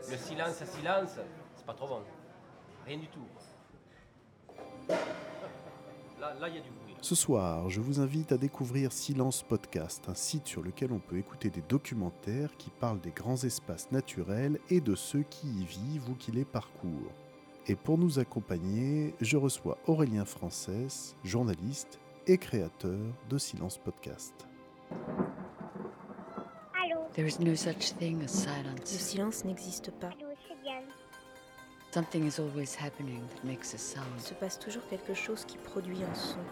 Le silence, c'est pas trop bon. Rien du tout. Là, il y a du bruit. Ce soir, je vous invite à découvrir Silence Podcast, un site sur lequel on peut écouter des documentaires qui parlent des grands espaces naturels et de ceux qui y vivent ou qui les parcourent. Et pour nous accompagner, je reçois Aurélien Frances, journaliste et créateur de Silence Podcast. Allô. There is no such thing as silence. Le silence n'existe pas. Allô, c'est Diane. Something is always happening that makes a sound. Il se passe toujours quelque chose qui produit un son.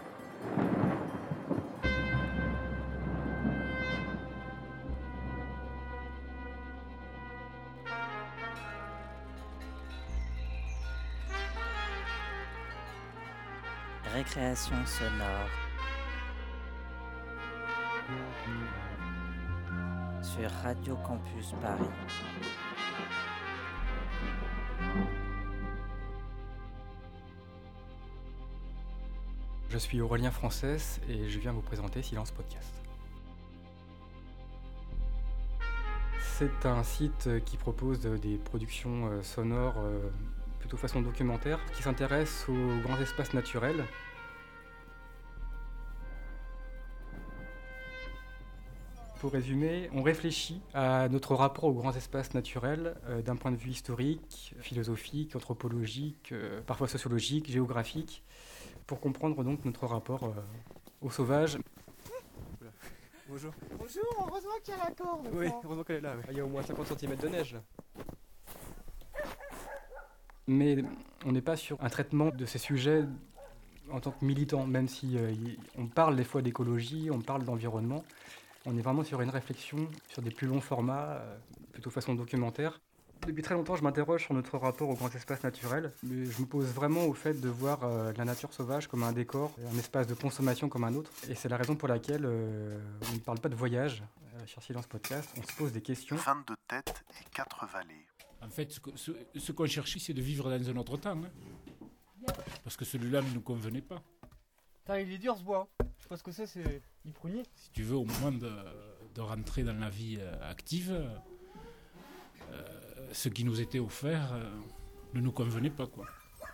Récréation sonore sur Radio Campus Paris. Je suis Aurélien Frances et je viens vous présenter Silence Podcast. C'est un site qui propose des productions sonores plutôt façon documentaire, qui s'intéresse aux grands espaces naturels. Pour résumer, on réfléchit à notre rapport aux grands espaces naturels d'un point de vue historique, philosophique, anthropologique, parfois sociologique, géographique, pour comprendre donc notre rapport au sauvage. Bonjour. Bonjour, heureusement qu'il y a la corde. Oui, heureusement qu'elle est là. Ouais. Il y a au moins 50 cm de neige là. Mais on n'est pas sur un traitement de ces sujets en tant que militant, même si on parle des fois d'écologie, on parle d'environnement. On est vraiment sur une réflexion sur des plus longs formats, plutôt façon documentaire. Depuis très longtemps, je m'interroge sur notre rapport aux grands espaces naturels. Mais je me pose vraiment au fait de voir la nature sauvage comme un décor, un espace de consommation comme un autre. Et c'est la raison pour laquelle on ne parle pas de voyage sur Silence Podcast. On se pose des questions. 22 têtes et 4 vallées. En fait, ce qu'on cherchait, c'est de vivre dans un autre temps. Hein. Parce que celui-là ne nous convenait pas. Putain, il est dur ce bois. Je sais pas ce que c'est du prunier. Si tu veux, au moment de rentrer dans la vie active, ce qui nous était offert ne nous convenait pas, quoi.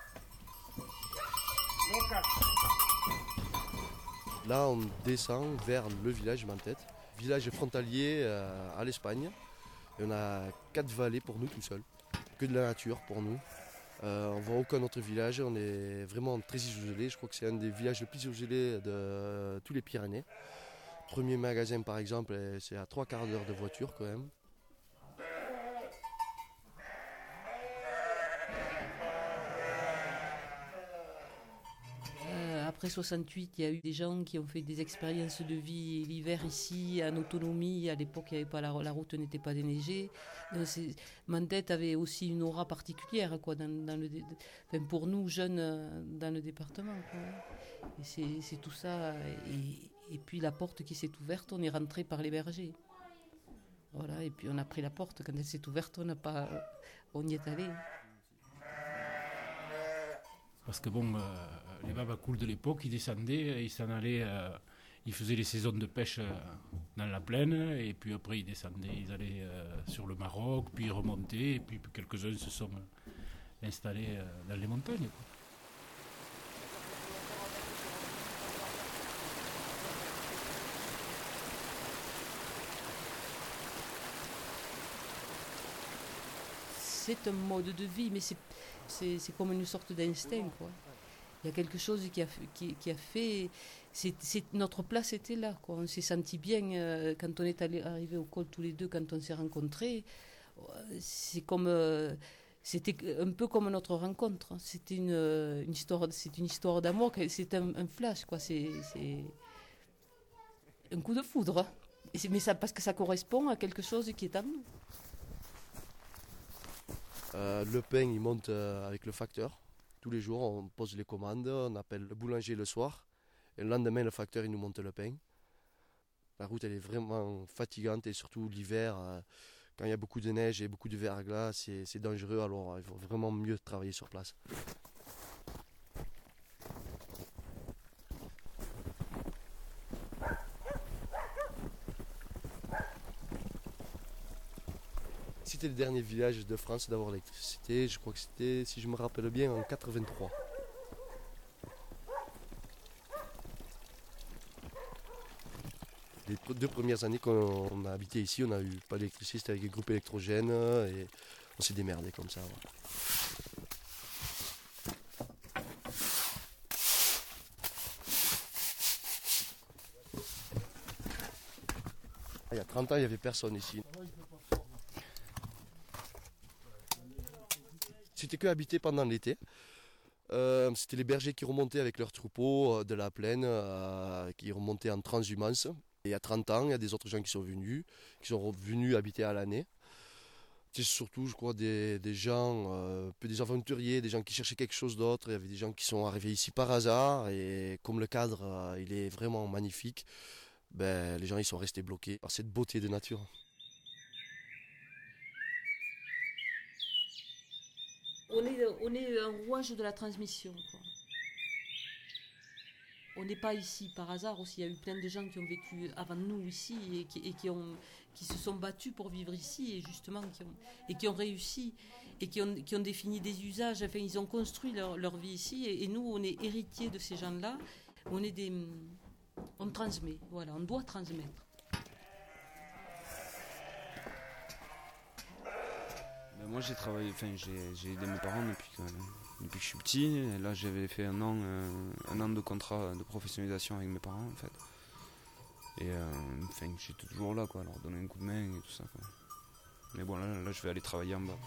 Là, on descend vers le village Mentet, village frontalier à l'Espagne. Et on a 4 vallées pour nous tout seuls, que de la nature pour nous. On voit aucun autre village, on est vraiment très isolé. Je crois que c'est un des villages les plus isolés de tous les Pyrénées. Premier magasin par exemple, c'est à 3 quarts d'heure de voiture quand même. Après 68, il y a eu des gens qui ont fait des expériences de vie l'hiver ici, en autonomie. À l'époque, il y avait pas la route n'était pas déneigée. Mentet avait aussi une aura particulière, quoi, pour nous, jeunes, dans le département. Quoi. Et c'est tout ça. Et puis la porte qui s'est ouverte, on est rentré par les bergers. Voilà, et puis on a pris la porte. Quand elle s'est ouverte, on y est allé. Parce que bon, les babacools de l'époque, ils descendaient, ils s'en allaient, ils faisaient les saisons de pêche dans la plaine, et puis après ils descendaient, ils allaient sur le Maroc, puis ils remontaient, et puis quelques-uns se sont installés dans les montagnes, quoi. C'est un mode de vie, mais c'est comme une sorte d'instinct, quoi. Il y a quelque chose qui a fait... notre place était là, quoi. On s'est senti bien quand on est arrivé au col tous les deux, quand on s'est rencontrés. C'était un peu comme notre rencontre. C'était une histoire d'amour, c'est un flash, quoi. C'est un coup de foudre. Mais ça, parce que ça correspond à quelque chose qui est en nous. Le pain, il monte avec le facteur. Tous les jours, on pose les commandes, on appelle le boulanger le soir. Et le lendemain, le facteur, il nous monte le pain. La route, elle est vraiment fatigante. Et surtout l'hiver, quand il y a beaucoup de neige et beaucoup de verglas, c'est dangereux. Alors, il faut vraiment mieux travailler sur place. c'était le dernier village de France d'avoir l'électricité. Je crois que c'était, si je me rappelle bien, en 83. Les 2 premières années qu'on a habité ici, on n'a eu pas d'électricité, c'était avec des groupes électrogènes et on s'est démerdé comme ça. Ouais. Il y a 30 ans, il n'y avait personne ici. C'était que habité pendant l'été. C'était les bergers qui remontaient avec leurs troupeaux de la plaine, qui remontaient en transhumance. Et il y a 30 ans, il y a des autres gens qui sont venus habiter à l'année. C'est surtout, je crois, des gens, des aventuriers, des gens qui cherchaient quelque chose d'autre. Il y avait des gens qui sont arrivés ici par hasard. Et comme le cadre, il est vraiment magnifique, ben, les gens ils sont restés bloqués par cette beauté de nature. On est un rouage de la transmission, quoi. On n'est pas ici par hasard aussi. Il y a eu plein de gens qui ont vécu avant nous ici et qui se sont battus pour vivre ici et justement qui ont réussi et qui ont défini des usages. Enfin, ils ont construit leur vie ici et nous, on est héritiers de ces gens-là. On transmet, voilà, on doit transmettre. Moi j'ai travaillé, j'ai aidé mes parents depuis que je suis petit. Et là j'avais fait un an de contrat de professionnalisation avec mes parents en fait. Et j'étais toujours là quoi, leur donner un coup de main et tout ça quoi. Mais bon là je vais aller travailler en bas.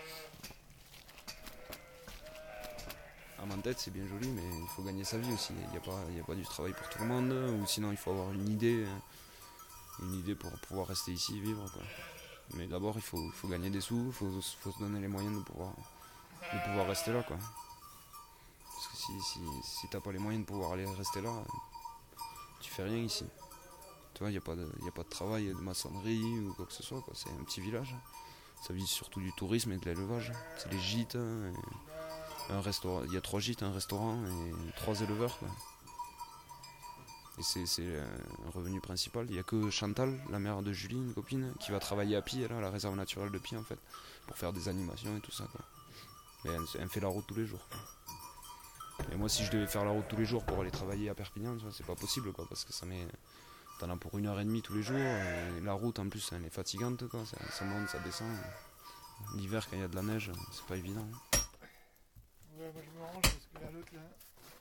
À Mantes c'est bien joli mais il faut gagner sa vie aussi. Il n'y a pas du travail pour tout le monde ou sinon il faut avoir une idée pour pouvoir rester ici et vivre quoi. Mais d'abord, il faut gagner des sous, il faut se donner les moyens de pouvoir rester là, quoi. Parce que si t'as pas les moyens de pouvoir aller rester là, tu fais rien ici. Tu vois, il n'y a pas de travail, de maçonnerie ou quoi que ce soit, quoi. C'est un petit village. Ça vise surtout du tourisme et de l'élevage. C'est les gîtes, un restaurant. Il y a 3 gîtes, un restaurant et 3 éleveurs, quoi. Et c'est un revenu principal. Il n'y a que Chantal, la mère de Julie, une copine, qui va travailler à Pie, à la réserve naturelle de Pie en fait, pour faire des animations et tout ça quoi. Mais elle fait la route tous les jours quoi. Et moi si je devais faire la route tous les jours pour aller travailler à Perpignan, c'est pas possible quoi, parce que t'en as pour 1h30 tous les jours, et la route en plus elle est fatigante quoi, ça monte, ça descend. L'hiver quand il y a de la neige, c'est pas évident. Ouais, moi je me range parce que là l'autre là.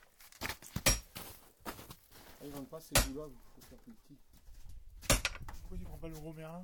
Ah, ils vendent pas ces bouts là, il faut faire plus petit. Pourquoi tu prends pas le gros mérin?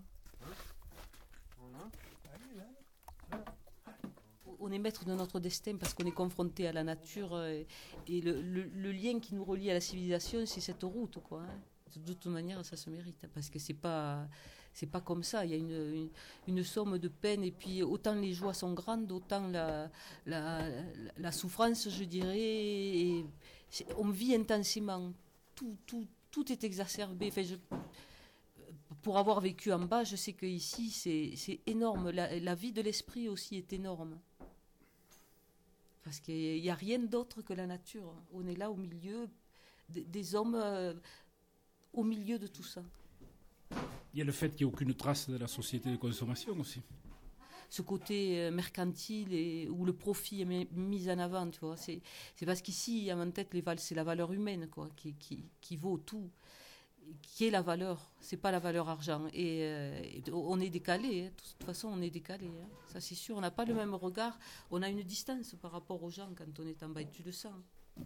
On est maître de notre destin parce qu'on est confronté à la nature et le lien qui nous relie à la civilisation, c'est cette route, quoi. De toute manière, ça se mérite parce que c'est pas comme ça. Il y a une somme de peine et puis autant les joies sont grandes, autant la souffrance, je dirais. Et on vit intensément. Tout est exacerbé. Enfin, pour avoir vécu en bas, je sais qu'ici, c'est énorme. La vie de l'esprit aussi est énorme. Parce qu'il n'y a rien d'autre que la nature. On est là au milieu des hommes, au milieu de tout ça. Il y a le fait qu'il n'y ait aucune trace de la société de consommation aussi. Ce côté mercantile où le profit est mis en avant, tu vois. C'est parce qu'ici, à mon tête, c'est la valeur humaine, quoi, qui vaut tout, qui est la valeur. C'est pas la valeur argent. Et on est décalé. Hein. De toute façon, on est décalé. Hein. Ça, c'est sûr. On n'a pas le même regard. On a une distance par rapport aux gens quand on est en bas. Et tu le sens.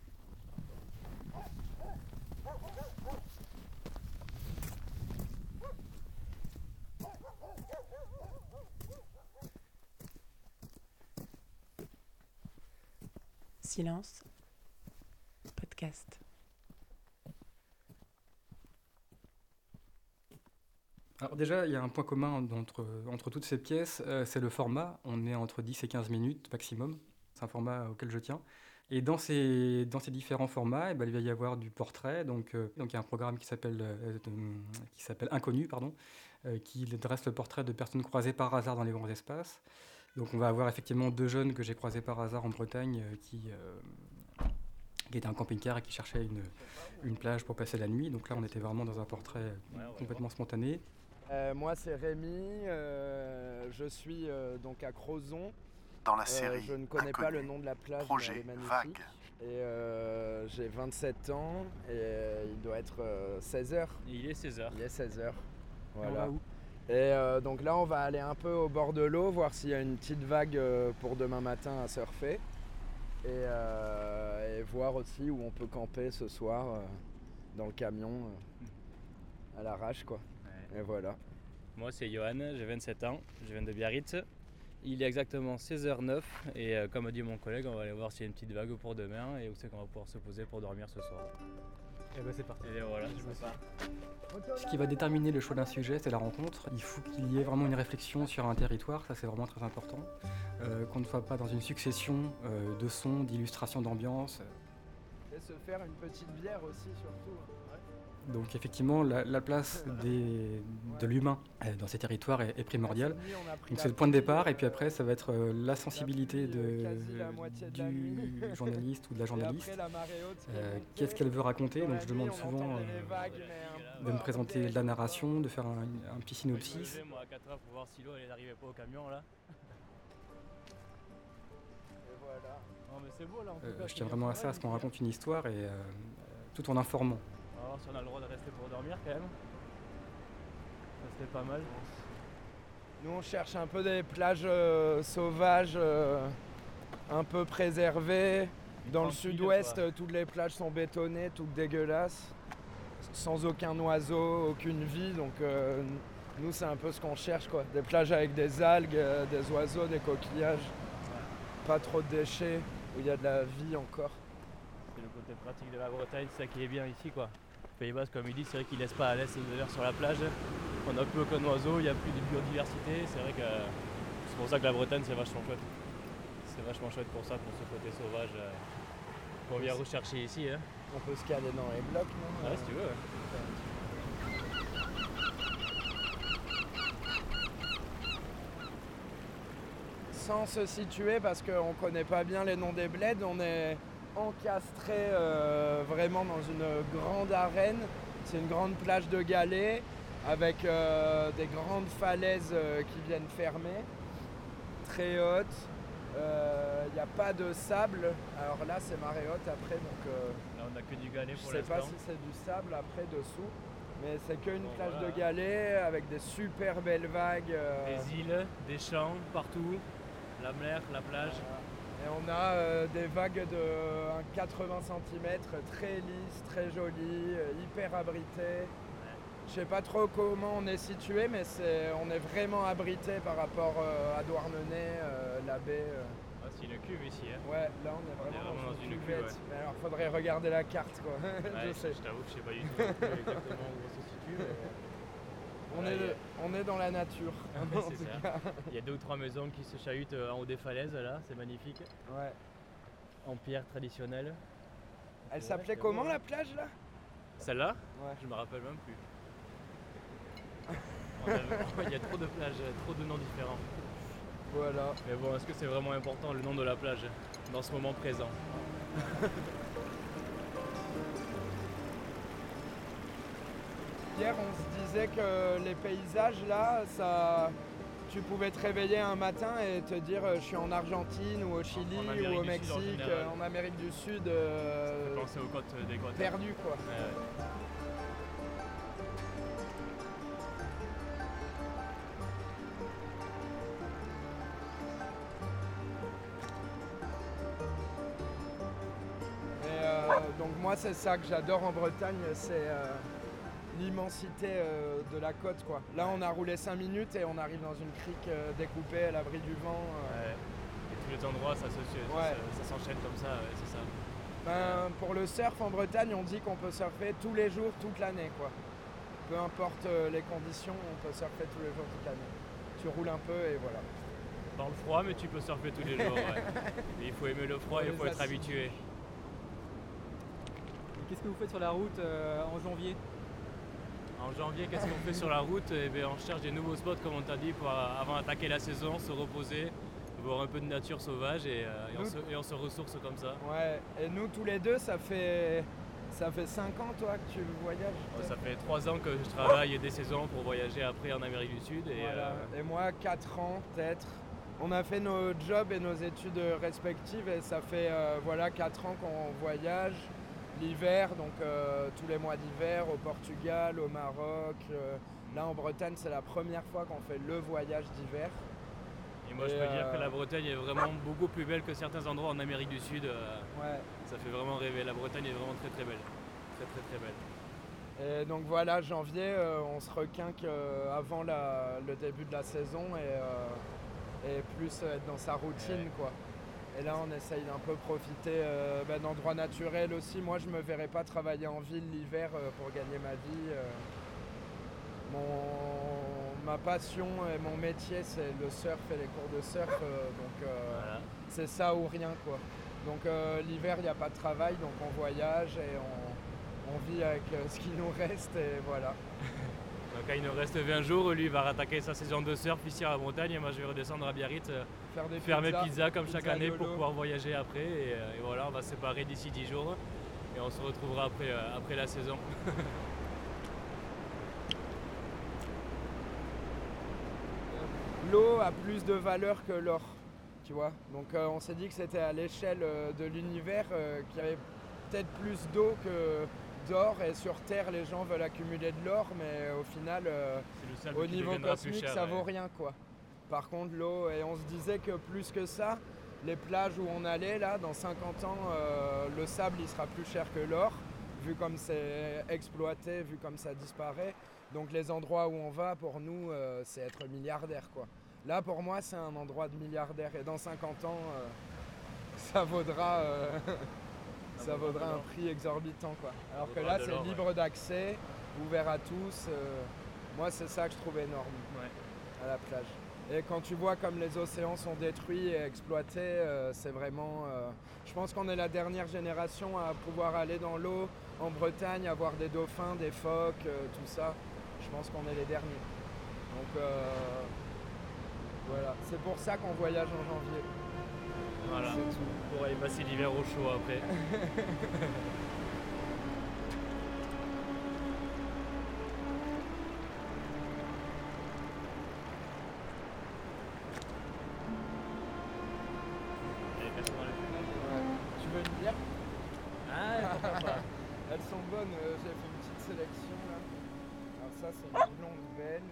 Silence, podcast. Alors déjà, il y a un point commun entre toutes ces pièces, c'est le format. On est entre 10 et 15 minutes maximum. C'est un format auquel je tiens. Et dans ces différents formats, il va y avoir du portrait. Donc il y a un programme qui s'appelle Inconnu, qui dresse le portrait de personnes croisées par hasard dans les grands espaces. Donc on va avoir effectivement 2 jeunes que j'ai croisés par hasard en Bretagne qui étaient en camping-car et qui cherchaient une plage pour passer la nuit. Donc là on était vraiment dans un portrait complètement spontané. Moi c'est Rémi, je suis donc à Crozon. Dans la série je ne connais Inconnu, pas le nom de la plage, Projet mais elle est magnifique. Vague. Et j'ai 27 ans et il doit être 16h. Il est 16h. Il est 16h. On va Voilà. où? Et donc là on va aller un peu au bord de l'eau, voir s'il y a une petite vague pour demain matin à surfer. Et voir aussi où on peut camper ce soir dans le camion à l'arrache quoi. Ouais. Et voilà. Moi c'est Johan, j'ai 27 ans, je viens de Biarritz. Il est exactement 16h09 et comme a dit mon collègue, on va aller voir s'il y a une petite vague pour demain et où c'est qu'on va pouvoir se poser pour dormir ce soir. Et ben c'est parti. Et voilà, je me sens. Ce qui va déterminer le choix d'un sujet, c'est la rencontre. Il faut qu'il y ait vraiment une réflexion sur un territoire, ça c'est vraiment très important. Qu'on ne soit pas dans une succession de sons, d'illustrations d'ambiance. Et se faire une petite bière aussi surtout. Ouais. Donc effectivement, la place de l'humain dans ces territoires est primordiale. Donc c'est le point de départ et puis après ça va être la sensibilité du journaliste ou de la journaliste. Qu'est-ce qu'elle veut raconter? Donc je demande souvent de me présenter la narration, de faire un petit synopsis. Je moi à 4h pour voir si l'eau elle n'arrivait pas au camion là. Et voilà. Non mais c'est beau là en tout cas. Je tiens vraiment à ça, à ce qu'on raconte une histoire et tout en informant. On va voir si on a le droit de rester pour dormir quand même. Ça c'était pas mal. Nous on cherche un peu des plages sauvages, un peu préservées. Dans le sud-ouest, toutes les plages sont bétonnées, toutes dégueulasses, sans aucun oiseau, aucune vie. Donc nous c'est un peu ce qu'on cherche quoi. Des plages avec des algues, des oiseaux, des coquillages. Pas trop de déchets, où il y a de la vie encore. C'est le côté pratique de la Bretagne, c'est ça qui est bien ici quoi. Pays Basque, comme il dit, c'est vrai qu'il laisse pas à l'aise ses odeurs sur la plage. On n'a plus aucun oiseau, il n'y a plus de biodiversité. C'est vrai que c'est pour ça que la Bretagne c'est vachement chouette. C'est vachement chouette pour ça, pour ce côté sauvage qu'on vient rechercher ici. Hein. On peut se caler dans les blocs, non? Ouais, si tu veux. Ouais. Sans se situer, parce qu'on ne connaît pas bien les noms des bleds, on est encastré vraiment dans une grande arène. C'est une grande plage de galets avec des grandes falaises qui viennent fermer, très hautes. Il n'y a pas de sable. Alors là c'est marée haute après donc là on n'a que du galet pour l'instant. Je ne sais pas si c'est du sable après dessous, mais c'est qu'une plage de galets avec des super belles vagues. Des îles, des champs partout, la mer, la plage. Et on a des vagues de 80 cm, très lisses, très jolies, hyper abritées. Je sais pas trop comment on est situé, mais on est vraiment abrité par rapport à Douarnenez, la baie. Ah, c'est une cuve ici. Hein. Ouais, là on est vraiment dans une cuvette. Ouais. Mais alors faudrait regarder la carte quoi. Ouais, je t'avoue que je sais pas du tout exactement où on se situe. Mais... On est dans la nature. C'est ça. Il y a 2 ou 3 maisons qui se chahutent en haut des falaises là, c'est magnifique. Ouais. En pierre traditionnelle. Elle s'appelait comment la plage là? Celle-là? Ouais. Je me rappelle même plus. Il y a trop de plages, trop de noms différents. Voilà. Mais bon, est-ce que c'est vraiment important le nom de la plage dans ce moment présent? Hier, on se disait que les paysages là, tu pouvais te réveiller un matin et te dire je suis en Argentine ou au Chili ou au Mexique, en Amérique du Sud. Penser aux côtes d'Équateur. Perdu quoi. Ouais. Donc moi c'est ça que j'adore en Bretagne, c'est l'immensité de la côte quoi. Là on a roulé 5 minutes et on arrive dans une crique découpée à l'abri du vent. Ouais. Et tous les endroits ça s'enchaîne comme ça, ouais, c'est ça. Pour le surf en Bretagne on dit qu'on peut surfer tous les jours toute l'année quoi. Peu importe les conditions, on peut surfer tous les jours toute l'année. Tu roules un peu et voilà. Dans le froid mais tu peux surfer tous les jours. Ouais. Mais il faut aimer le froid et il faut être habitué. Qu'est-ce que vous faites sur la route en janvier? En janvier, qu'est-ce qu'on fait sur la route? On cherche des nouveaux spots, comme on t'a dit, pour avant d'attaquer la saison, se reposer, voir un peu de nature sauvage et on se ressource comme ça. Ouais, et nous tous les deux, ça fait Ça fait 5 ans toi que tu voyages? Ça fait 3 ans que je travaille des saisons pour voyager après en Amérique du Sud. Et moi 4 ans peut-être. On a fait nos jobs et nos études respectives et ça fait 4 ans qu'on voyage. L'hiver, donc tous les mois d'hiver, au Portugal, au Maroc. Là en Bretagne, c'est la première fois qu'on fait le voyage d'hiver. Et moi je peux dire que la Bretagne est vraiment beaucoup plus belle que certains endroits en Amérique du Sud. Ça fait vraiment rêver. La Bretagne est vraiment très très belle. Très très très belle. Et donc voilà, janvier, on se requinque avant le début de la saison et plus être dans sa routine quoi. Et là on essaye d'un peu profiter d'endroits naturels aussi. Moi je me verrais pas travailler en ville l'hiver pour gagner ma vie. Ma passion et mon métier c'est le surf et les cours de surf, c'est ça ou rien quoi. Donc l'hiver il n'y a pas de travail, donc on voyage et on vit avec ce qui nous reste et voilà. Donc il nous reste 20 jours, lui il va rattaquer sa saison de surf ici à la Bretagne et moi je vais redescendre à Biarritz faire mes pizzas comme chaque année pour pouvoir voyager après et voilà, on va se séparer d'ici 10 jours et on se retrouvera après la saison. L'eau a plus de valeur que l'or, tu vois. Donc on s'est dit que c'était à l'échelle de l'univers qu'il y avait peut-être plus d'eau que d'or et sur Terre les gens veulent accumuler de l'or mais au final au niveau cosmique ça vaut rien quoi. Par contre l'eau, et on se disait que plus que ça, les plages où on allait là dans 50 ans le sable il sera plus cher que l'or vu comme c'est exploité, vu comme ça disparaît. Donc les endroits où on va pour nous c'est être milliardaire quoi. Là pour moi c'est un endroit de milliardaire et dans 50 ans ça vaudra ça vaudra un prix exorbitant quoi. Alors que là c'est libre d'accès, ouvert à tous. Moi c'est ça que je trouve énorme à la plage. Et quand tu vois comme les océans sont détruits et exploités, c'est vraiment... je pense qu'on est la dernière génération à pouvoir aller dans l'eau en Bretagne, avoir des dauphins, des phoques, tout ça. Je pense qu'on est les derniers. Donc voilà, c'est pour ça qu'on voyage en janvier. Voilà, pour aller passer l'hiver au chaud après. Tu veux une bière? Ah, pourquoi pas. Elles sont bonnes, j'ai fait une petite sélection là. Alors ça c'est une blonde belge.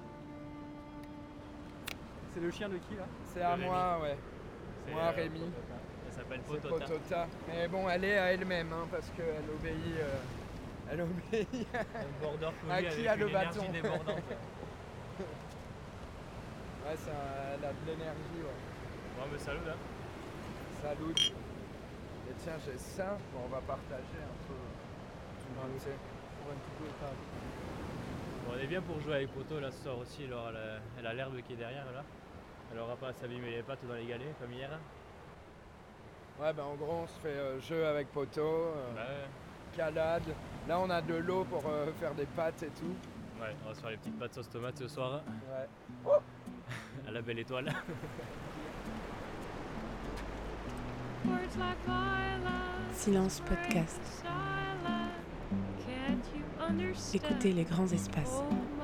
C'est le chien de qui là? C'est à moi, ouais. Moi, Rémi. Elle s'appelle Potota. Potota. Mais bon, elle est à elle-même, hein, parce qu'elle obéit, à qui a le bâton. Ouais, elle a de l'énergie, ouais. Bon, mais salut là. Salut. Et tiens, j'ai ça. Bon, on va partager un peu. Tu sais. Bon, on est bien pour jouer avec Poto là ce soir aussi. Alors, elle a l'herbe qui est derrière là. Elle aura pas à s'abîmer les pattes dans les galets comme hier. Ouais, en gros, on se fait jeu avec Poto, calade. Là, on a de l'eau pour faire des pâtes et tout. Ouais, on va se faire les petites pâtes sauce tomate ce soir. Ouais. À la belle étoile. Silence Podcast. Écoutez les grands espaces.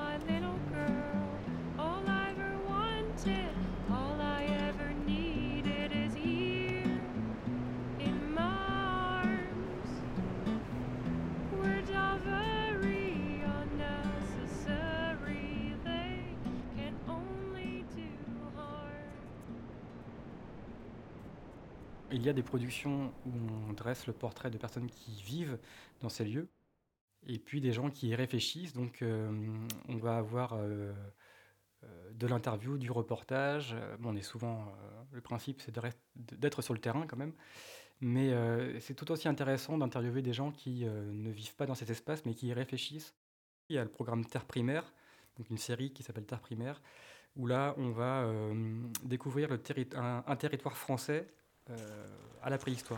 Il y a des productions où on dresse le portrait de personnes qui vivent dans ces lieux, et puis des gens qui y réfléchissent. Donc on va avoir de l'interview, du reportage. On est souvent... le principe, c'est d'être sur le terrain quand même. Mais c'est tout aussi intéressant d'interviewer des gens qui ne vivent pas dans cet espace, mais qui y réfléchissent. Il y a le programme Terre Primaire, donc une série qui s'appelle Terre Primaire, où là, on va découvrir un territoire français à la préhistoire.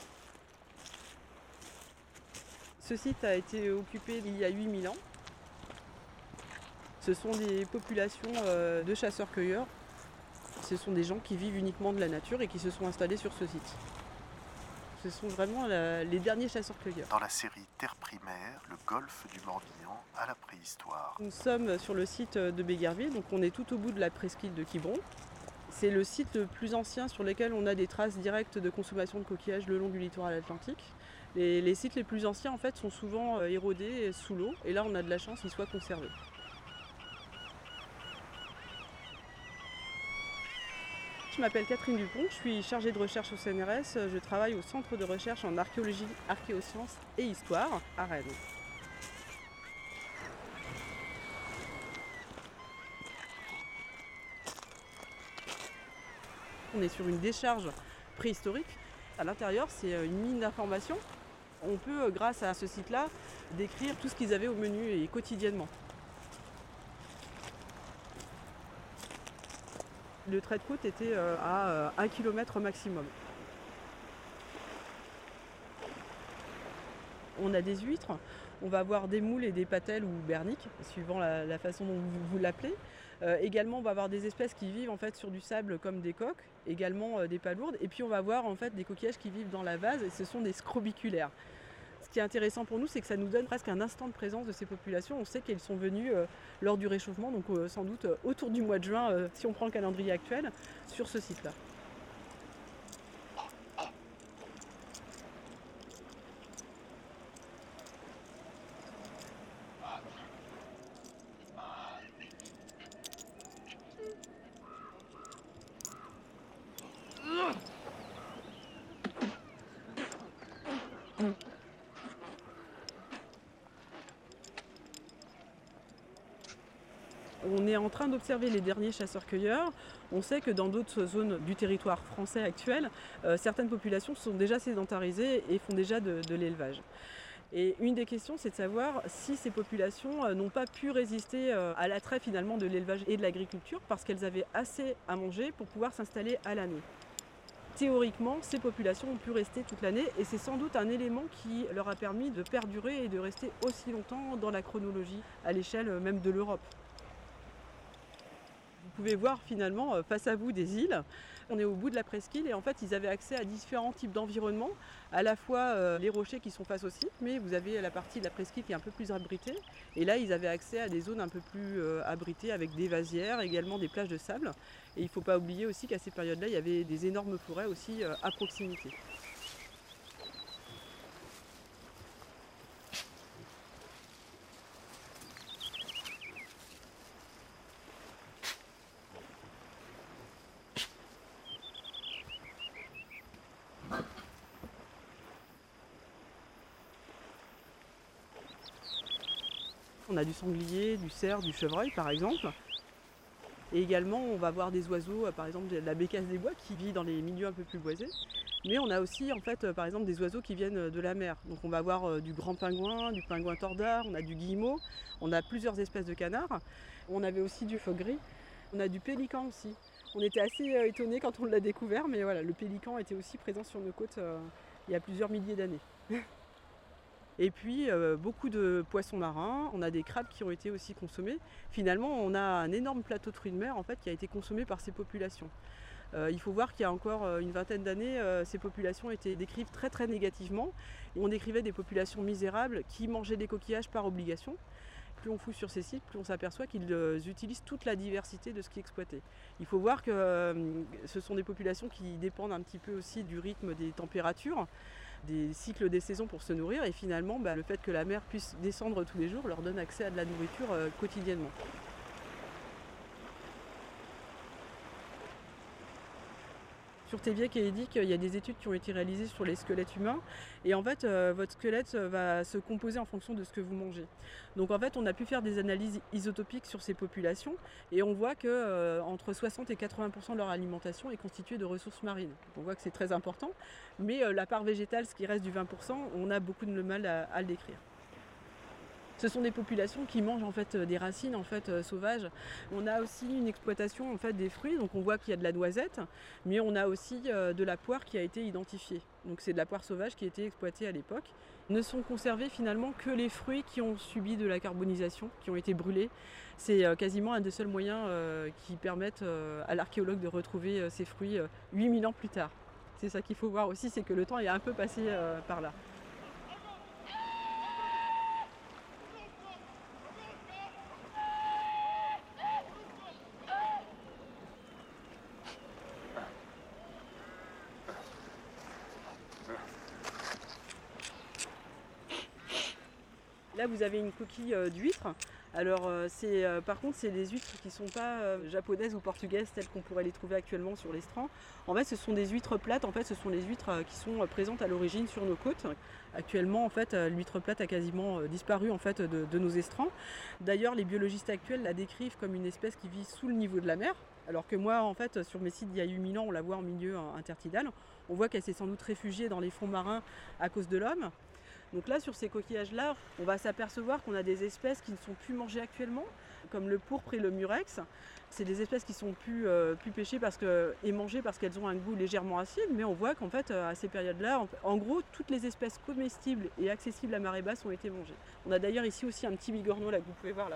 Ce site a été occupé il y a 8000 ans. Ce sont des populations de chasseurs-cueilleurs. Ce sont des gens qui vivent uniquement de la nature et qui se sont installés sur ce site. Ce sont vraiment les derniers chasseurs-cueilleurs. Dans la série Terre primaire, le golfe du Morbihan à la préhistoire. Nous sommes sur le site de Béguerville, donc on est tout au bout de la presqu'île de Quiberon. C'est le site le plus ancien sur lequel on a des traces directes de consommation de coquillages le long du littoral atlantique. Les sites les plus anciens en fait sont souvent érodés sous l'eau et là on a de la chance qu'ils soient conservés. Je m'appelle Catherine Dupont, je suis chargée de recherche au CNRS, je travaille au Centre de recherche en archéologie, archéosciences et histoire à Rennes. On est sur une décharge préhistorique. À l'intérieur, c'est une mine d'informations. On peut, grâce à ce site-là, décrire tout ce qu'ils avaient au menu et quotidiennement. Le trait de côte était à 1 km maximum. On a des huîtres, on va avoir des moules et des patelles ou berniques, suivant la façon dont vous l'appelez. Également, on va avoir des espèces qui vivent en fait sur du sable comme des coques, également des palourdes. Et puis on va avoir en fait des coquillages qui vivent dans la vase et ce sont des scrobiculaires. Ce qui est intéressant pour nous, c'est que ça nous donne presque un instant de présence de ces populations. On sait qu'elles sont venues lors du réchauffement, donc sans doute autour du mois de juin, si on prend le calendrier actuel, sur ce site-là. On est en train d'observer les derniers chasseurs-cueilleurs. On sait que dans d'autres zones du territoire français actuel, certaines populations sont déjà sédentarisées et font déjà de l'élevage. Et une des questions, c'est de savoir si ces populations n'ont pas pu résister à l'attrait finalement de l'élevage et de l'agriculture parce qu'elles avaient assez à manger pour pouvoir s'installer à l'année. Théoriquement, ces populations ont pu rester toute l'année et c'est sans doute un élément qui leur a permis de perdurer et de rester aussi longtemps dans la chronologie à l'échelle même de l'Europe. Vous pouvez voir finalement face à vous des îles. On est au bout de la presqu'île et en fait ils avaient accès à différents types d'environnements, à la fois les rochers qui sont face au site, mais vous avez la partie de la presqu'île qui est un peu plus abritée. Et là ils avaient accès à des zones un peu plus abritées avec des vasières, également des plages de sable. Et il ne faut pas oublier aussi qu'à ces périodes-là il y avait des énormes forêts aussi à proximité. On a du sanglier, du cerf, du chevreuil par exemple. Et également on va voir des oiseaux, par exemple la bécasse des bois qui vit dans les milieux un peu plus boisés. Mais on a aussi en fait par exemple des oiseaux qui viennent de la mer. Donc on va avoir du grand pingouin, du pingouin tordard, on a du guillemot, on a plusieurs espèces de canards. On avait aussi du phoque gris, on a du pélican aussi. On était assez étonnés quand on l'a découvert, mais voilà, le pélican était aussi présent sur nos côtes il y a plusieurs milliers d'années. Et puis beaucoup de poissons marins, on a des crabes qui ont été aussi consommés. Finalement, on a un énorme plateau de fruits de mer en fait, qui a été consommé par ces populations. Il faut voir qu'il y a encore une vingtaine d'années, ces populations étaient décrites très très négativement. On décrivait des populations misérables qui mangeaient des coquillages par obligation. Plus on fouille sur ces sites, plus on s'aperçoit qu'ils utilisent toute la diversité de ce qui est exploité. Il faut voir que ce sont des populations qui dépendent un petit peu aussi du rythme des températures, des cycles des saisons pour se nourrir et finalement le fait que la mer puisse descendre tous les jours leur donne accès à de la nourriture quotidiennement. Sur Téviec et Edic, il y a des études qui ont été réalisées sur les squelettes humains et en fait votre squelette va se composer en fonction de ce que vous mangez. Donc en fait on a pu faire des analyses isotopiques sur ces populations et on voit que entre 60 et 80% de leur alimentation est constituée de ressources marines. Donc on voit que c'est très important, mais la part végétale, ce qui reste du 20%, on a beaucoup de mal à le décrire. Ce sont des populations qui mangent en fait des racines en fait sauvages. On a aussi une exploitation en fait des fruits, donc on voit qu'il y a de la noisette, mais on a aussi de la poire qui a été identifiée. Donc c'est de la poire sauvage qui a été exploitée à l'époque. Ne sont conservés finalement que les fruits qui ont subi de la carbonisation, qui ont été brûlés. C'est quasiment un des seuls moyens qui permettent à l'archéologue de retrouver ces fruits 8000 ans plus tard. C'est ça qu'il faut voir aussi, c'est que le temps est un peu passé par là. Là, vous avez une coquille d'huître. Alors, par contre, c'est des huîtres qui ne sont pas japonaises ou portugaises telles qu'on pourrait les trouver actuellement sur l'estran. En fait, ce sont des huîtres plates. En fait, ce sont les huîtres qui sont présentes à l'origine sur nos côtes. Actuellement, en fait, l'huître plate a quasiment disparu en fait, de nos estrans. D'ailleurs, les biologistes actuels la décrivent comme une espèce qui vit sous le niveau de la mer. Alors que moi, en fait, sur mes sites d'il y a 8000 ans, on la voit en milieu intertidal. On voit qu'elle s'est sans doute réfugiée dans les fonds marins à cause de l'homme. Donc là, sur ces coquillages-là, on va s'apercevoir qu'on a des espèces qui ne sont plus mangées actuellement, comme le pourpre et le murex. C'est des espèces qui sont plus pêchées et mangées parce qu'elles ont un goût légèrement acide, mais on voit qu'en fait, à ces périodes-là, en gros, toutes les espèces comestibles et accessibles à marée basse ont été mangées. On a d'ailleurs ici aussi un petit bigorneau là, que vous pouvez voir là.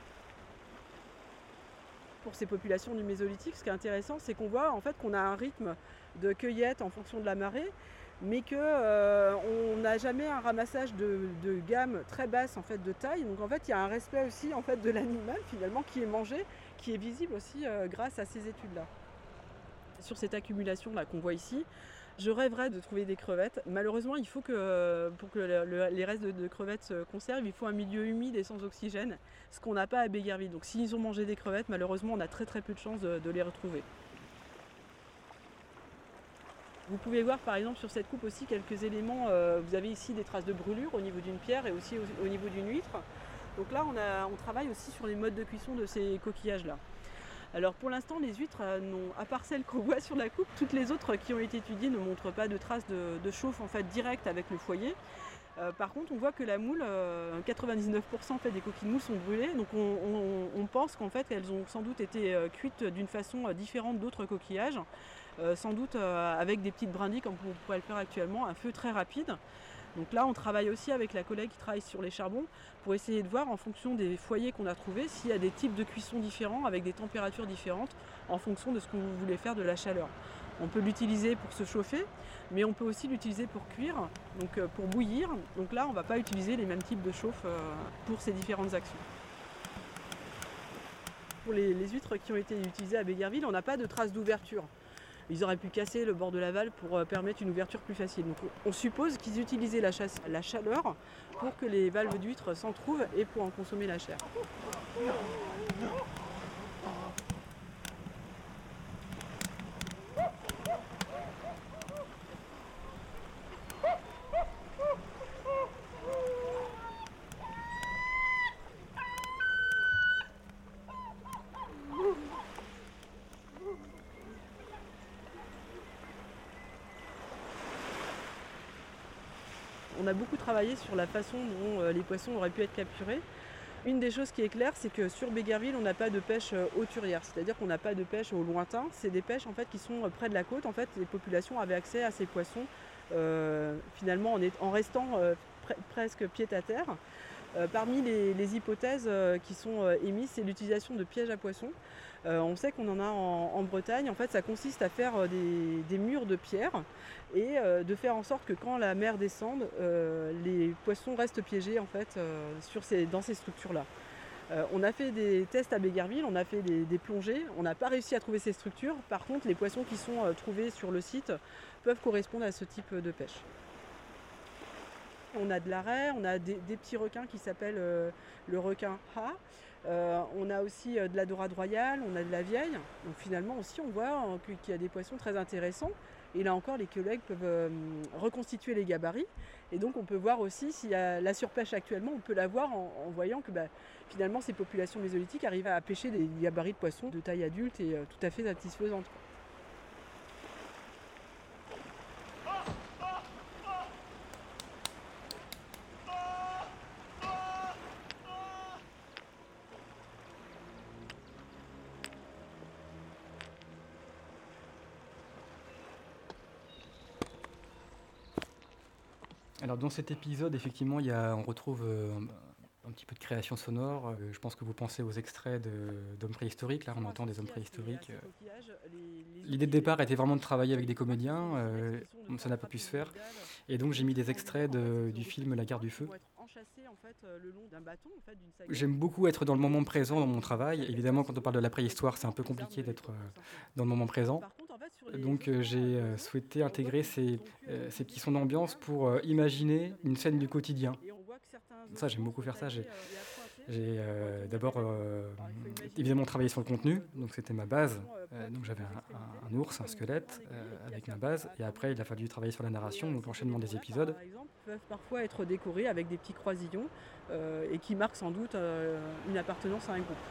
Pour ces populations du Mésolithique, ce qui est intéressant, c'est qu'on voit en fait qu'on a un rythme de cueillette en fonction de la marée, mais qu'on n'a jamais un ramassage de gamme très basse en fait, de taille. Donc en fait, il y a un respect aussi en fait, de l'animal finalement qui est mangé, qui est visible aussi grâce à ces études-là. Sur cette accumulation-là qu'on voit ici, je rêverais de trouver des crevettes. Malheureusement, il faut que pour que les restes de crevettes se conservent, il faut un milieu humide et sans oxygène, ce qu'on n'a pas à Bégherville. Donc s'ils ont mangé des crevettes, malheureusement, on a très peu de chances de les retrouver. Vous pouvez voir par exemple sur cette coupe aussi quelques éléments. Vous avez ici des traces de brûlure au niveau d'une pierre et aussi au niveau d'une huître. Donc là, on travaille aussi sur les modes de cuisson de ces coquillages-là. Alors pour l'instant, les huîtres, à part celles qu'on voit sur la coupe, toutes les autres qui ont été étudiées ne montrent pas de traces de chauffe en fait, directe avec le foyer. Par contre, on voit que la moule, 99% en fait, des coquilles de moule sont brûlées. Donc on pense qu'en fait, elles ont sans doute été cuites d'une façon différente d'autres coquillages. Sans doute avec des petites brindilles comme on pourrait le faire actuellement, un feu très rapide. Donc là, on travaille aussi avec la collègue qui travaille sur les charbons pour essayer de voir en fonction des foyers qu'on a trouvés s'il y a des types de cuisson différents avec des températures différentes en fonction de ce que vous voulez faire de la chaleur. On peut l'utiliser pour se chauffer, mais on peut aussi l'utiliser pour cuire, donc pour bouillir. Donc là, on ne va pas utiliser les mêmes types de chauffe pour ces différentes actions. Pour les huîtres qui ont été utilisées à Bégherville, on n'a pas de traces d'ouverture. Ils auraient pu casser le bord de la valve pour permettre une ouverture plus facile. Donc on suppose qu'ils utilisaient la chaleur pour que les valves d'huîtres s'en trouvent et pour en consommer la chair. On a beaucoup travaillé sur la façon dont les poissons auraient pu être capturés. Une des choses qui est claire, c'est que sur Bégherville, on n'a pas de pêche hauturière, c'est-à-dire qu'on n'a pas de pêche au lointain. C'est des pêches en fait, qui sont près de la côte. En fait, les populations avaient accès à ces poissons finalement en restant presque pied à terre. Parmi les hypothèses qui sont émises, c'est l'utilisation de pièges à poissons. On sait qu'on en a en Bretagne. En fait, ça consiste à faire des murs de pierre et de faire en sorte que quand la mer descende, les poissons restent piégés en fait, dans ces structures-là. On a fait des tests à Bégherville, on a fait des plongées. On n'a pas réussi à trouver ces structures. Par contre, les poissons qui sont trouvés sur le site peuvent correspondre à ce type de pêche. On a de l'arrêt, on a des petits requins qui s'appellent le requin Ha. On a aussi de la dorade royale, on a de la vieille. Donc finalement aussi on voit qu'il y a des poissons très intéressants. Et là encore les collègues peuvent reconstituer les gabarits. Et donc on peut voir aussi s'il y a la surpêche actuellement, on peut la voir en voyant que finalement ces populations mésolithiques arrivent à pêcher des gabarits de poissons de taille adulte et tout à fait satisfaisantes. Alors dans cet épisode, effectivement, on retrouve un petit peu de création sonore. Je pense que vous pensez aux extraits d'hommes préhistoriques. Là, on entend des hommes préhistoriques. L'idée de départ était vraiment de travailler avec des comédiens. Ça n'a pas pu se faire. Et donc, j'ai mis des extraits du film La Guerre du Feu. J'aime beaucoup être dans le moment présent dans mon travail. Évidemment, quand on parle de la préhistoire, c'est un peu compliqué d'être dans le moment présent. Donc j'ai souhaité intégrer ces petits sons d'ambiance pour imaginer une scène du quotidien. Ça, j'aime beaucoup faire ça. J'ai d'abord évidemment travaillé sur le contenu, donc c'était ma base. Donc j'avais un ours, un squelette avec ma base, et après il a fallu travailler sur la narration, donc l'enchaînement des épisodes. Par exemple, peuvent parfois être décorés avec des petits croisillons et qui marquent sans doute une appartenance à un groupe.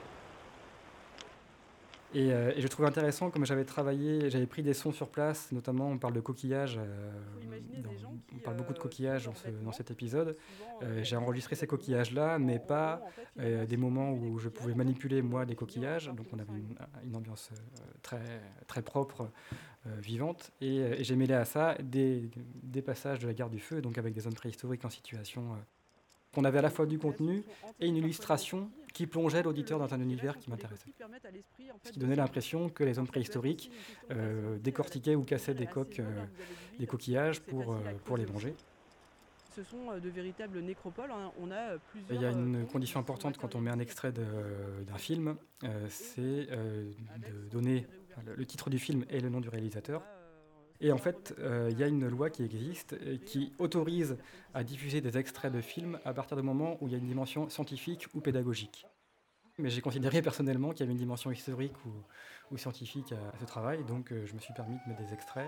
Et je trouvais intéressant, comme j'avais pris des sons sur place, notamment on parle de coquillages, on parle beaucoup de coquillages dans cet épisode. J'ai enregistré ces coquillages-là, mais pas des moments où je pouvais manipuler moi des coquillages, donc on avait une ambiance très, très propre, vivante, et j'ai mêlé à ça des passages de la Guerre du Feu, donc avec des hommes préhistoriques en situation... qu'on avait à la fois du contenu et une illustration qui plongeait l'auditeur dans un univers qui m'intéressait. Ce qui donnait l'impression que les hommes préhistoriques décortiquaient ou cassaient des coquillages pour les manger. Ce sont de véritables nécropoles. On a plusieurs... Il y a une condition importante quand on met un extrait d'un film, c'est de donner le titre du film et le nom du réalisateur. Et en fait, il y a une loi qui existe qui autorise à diffuser des extraits de films à partir du moment où il y a une dimension scientifique ou pédagogique. Mais j'ai considéré personnellement qu'il y avait une dimension historique ou scientifique à ce travail, donc je me suis permis de mettre des extraits.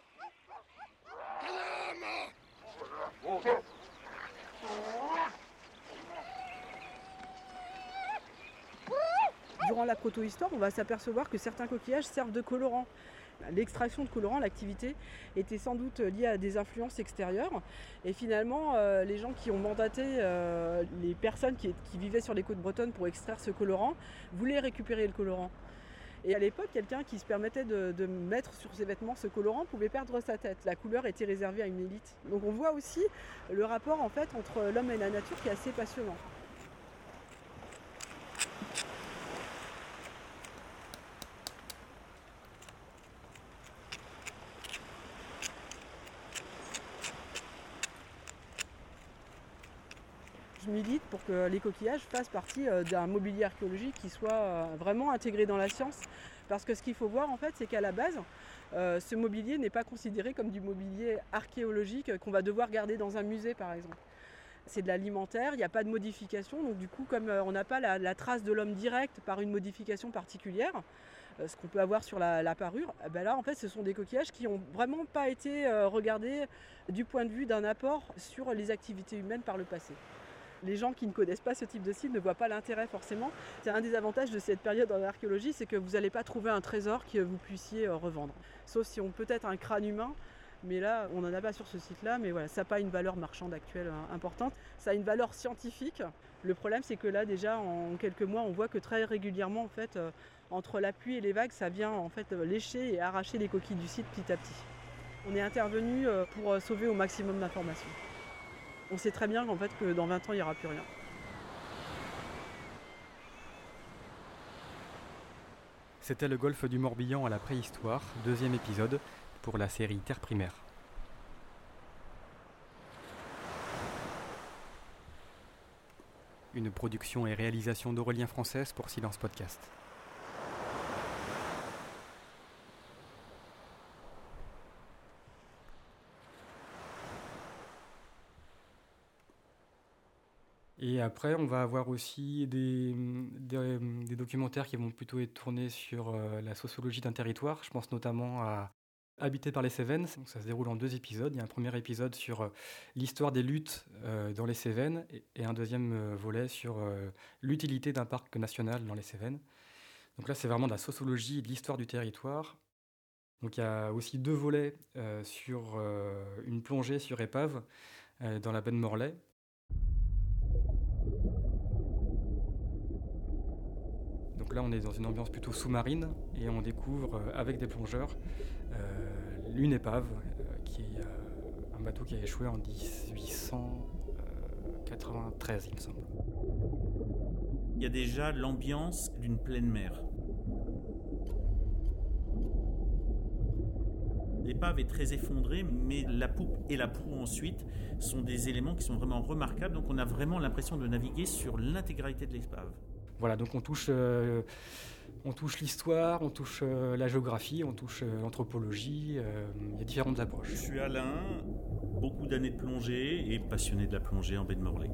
Durant la protohistoire, on va s'apercevoir que certains coquillages servent de colorant. L'extraction de colorants, l'activité, était sans doute liée à des influences extérieures. Et finalement, les gens qui ont mandaté les personnes qui vivaient sur les côtes bretonnes pour extraire ce colorant voulaient récupérer le colorant. Et à l'époque, quelqu'un qui se permettait de mettre sur ses vêtements ce colorant pouvait perdre sa tête. La couleur était réservée à une élite. Donc on voit aussi le rapport en fait, entre l'homme et la nature qui est assez passionnant. Je milite pour que les coquillages fassent partie d'un mobilier archéologique qui soit vraiment intégré dans la science. Parce que ce qu'il faut voir en fait, c'est qu'à la base, ce mobilier n'est pas considéré comme du mobilier archéologique qu'on va devoir garder dans un musée par exemple. C'est de l'alimentaire, il n'y a pas de modification, donc du coup comme on n'a pas la trace de l'homme direct par une modification particulière, ce qu'on peut avoir sur la parure, ben là en fait ce sont des coquillages qui n'ont vraiment pas été regardés du point de vue d'un apport sur les activités humaines par le passé. Les gens qui ne connaissent pas ce type de site ne voient pas l'intérêt forcément. C'est un des avantages de cette période en archéologie, c'est que vous n'allez pas trouver un trésor que vous puissiez revendre. Sauf si on peut être un crâne humain, mais là on n'en a pas sur ce site-là, mais voilà, ça n'a pas une valeur marchande actuelle importante. Ça a une valeur scientifique. Le problème c'est que là déjà en quelques mois on voit que très régulièrement en fait, entre la pluie et les vagues, ça vient en fait lécher et arracher les coquilles du site petit à petit. On est intervenu pour sauver au maximum d'informations. On sait très bien qu'en fait, que dans 20 ans, il n'y aura plus rien. C'était le golfe du Morbihan à la préhistoire, 2e épisode pour la série Terre primaire. Une production et réalisation d'Aurélien Française pour Silence Podcast. Et après, on va avoir aussi des documentaires qui vont plutôt être tournés sur la sociologie d'un territoire. Je pense notamment à Habité par les Cévennes. Donc, ça se déroule en 2 épisodes. Il y a un premier épisode sur l'histoire des luttes dans les Cévennes et un deuxième volet sur l'utilité d'un parc national dans les Cévennes. Donc là, c'est vraiment de la sociologie et de l'histoire du territoire. Donc il y a aussi 2 volets sur une plongée sur épave dans la baie de Morlaix. Donc là, on est dans une ambiance plutôt sous-marine et on découvre avec des plongeurs une épave qui est un bateau qui a échoué en 1880 93, il me semble. Il y a déjà l'ambiance d'une pleine mer. L'épave est très effondrée, mais la poupe et la proue ensuite sont des éléments qui sont vraiment remarquables. Donc on a vraiment l'impression de naviguer sur l'intégralité de l'épave. Voilà, donc on touche l'histoire, on touche la géographie, on touche l'anthropologie, il y a différentes approches. Je suis Alain, beaucoup d'années de plongée et passionné de la plongée en baie de Morlaix.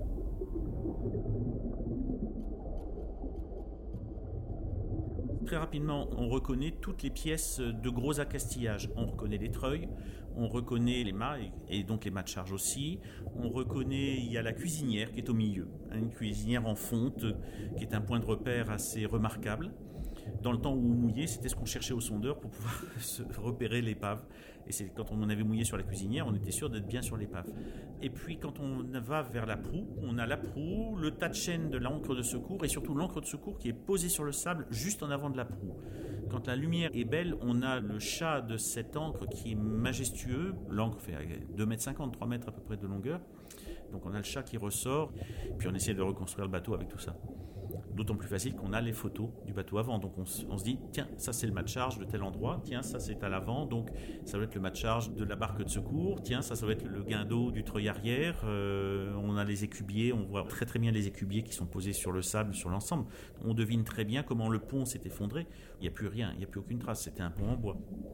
Très rapidement, on reconnaît toutes les pièces de gros accastillage. On reconnaît les treuils, on reconnaît les mâts et donc les mâts de charge aussi. On reconnaît, il y a la cuisinière qui est au milieu, une cuisinière en fonte qui est un point de repère assez remarquable. Dans le temps où on mouillait, c'était ce qu'on cherchait au sondeur pour pouvoir se repérer l'épave. Et c'est quand on avait mouillé sur la cuisinière, on était sûr d'être bien sur l'épave. Et puis quand on va vers la proue, on a la proue, le tas de chaîne de l'ancre de secours et surtout l'ancre de secours qui est posée sur le sable juste en avant de la proue. Quand la lumière est belle, on a le chat de cette ancre qui est majestueux. L'ancre fait 2,50 m, 3 mètres à peu près de longueur. Donc on a le chat qui ressort, puis on essaie de reconstruire le bateau avec tout ça. D'autant plus facile qu'on a les photos du bateau avant. Donc on se dit, tiens, ça c'est le mât de charge de tel endroit, tiens, ça c'est à l'avant, donc ça doit être le mât de charge de la barque de secours, tiens, ça doit être le guindeau du treuil arrière. On a les écubiers, on voit très très bien les écubiers qui sont posés sur le sable, sur l'ensemble. On devine très bien comment le pont s'est effondré. Il n'y a plus rien, il n'y a plus aucune trace, c'était un pont en bois.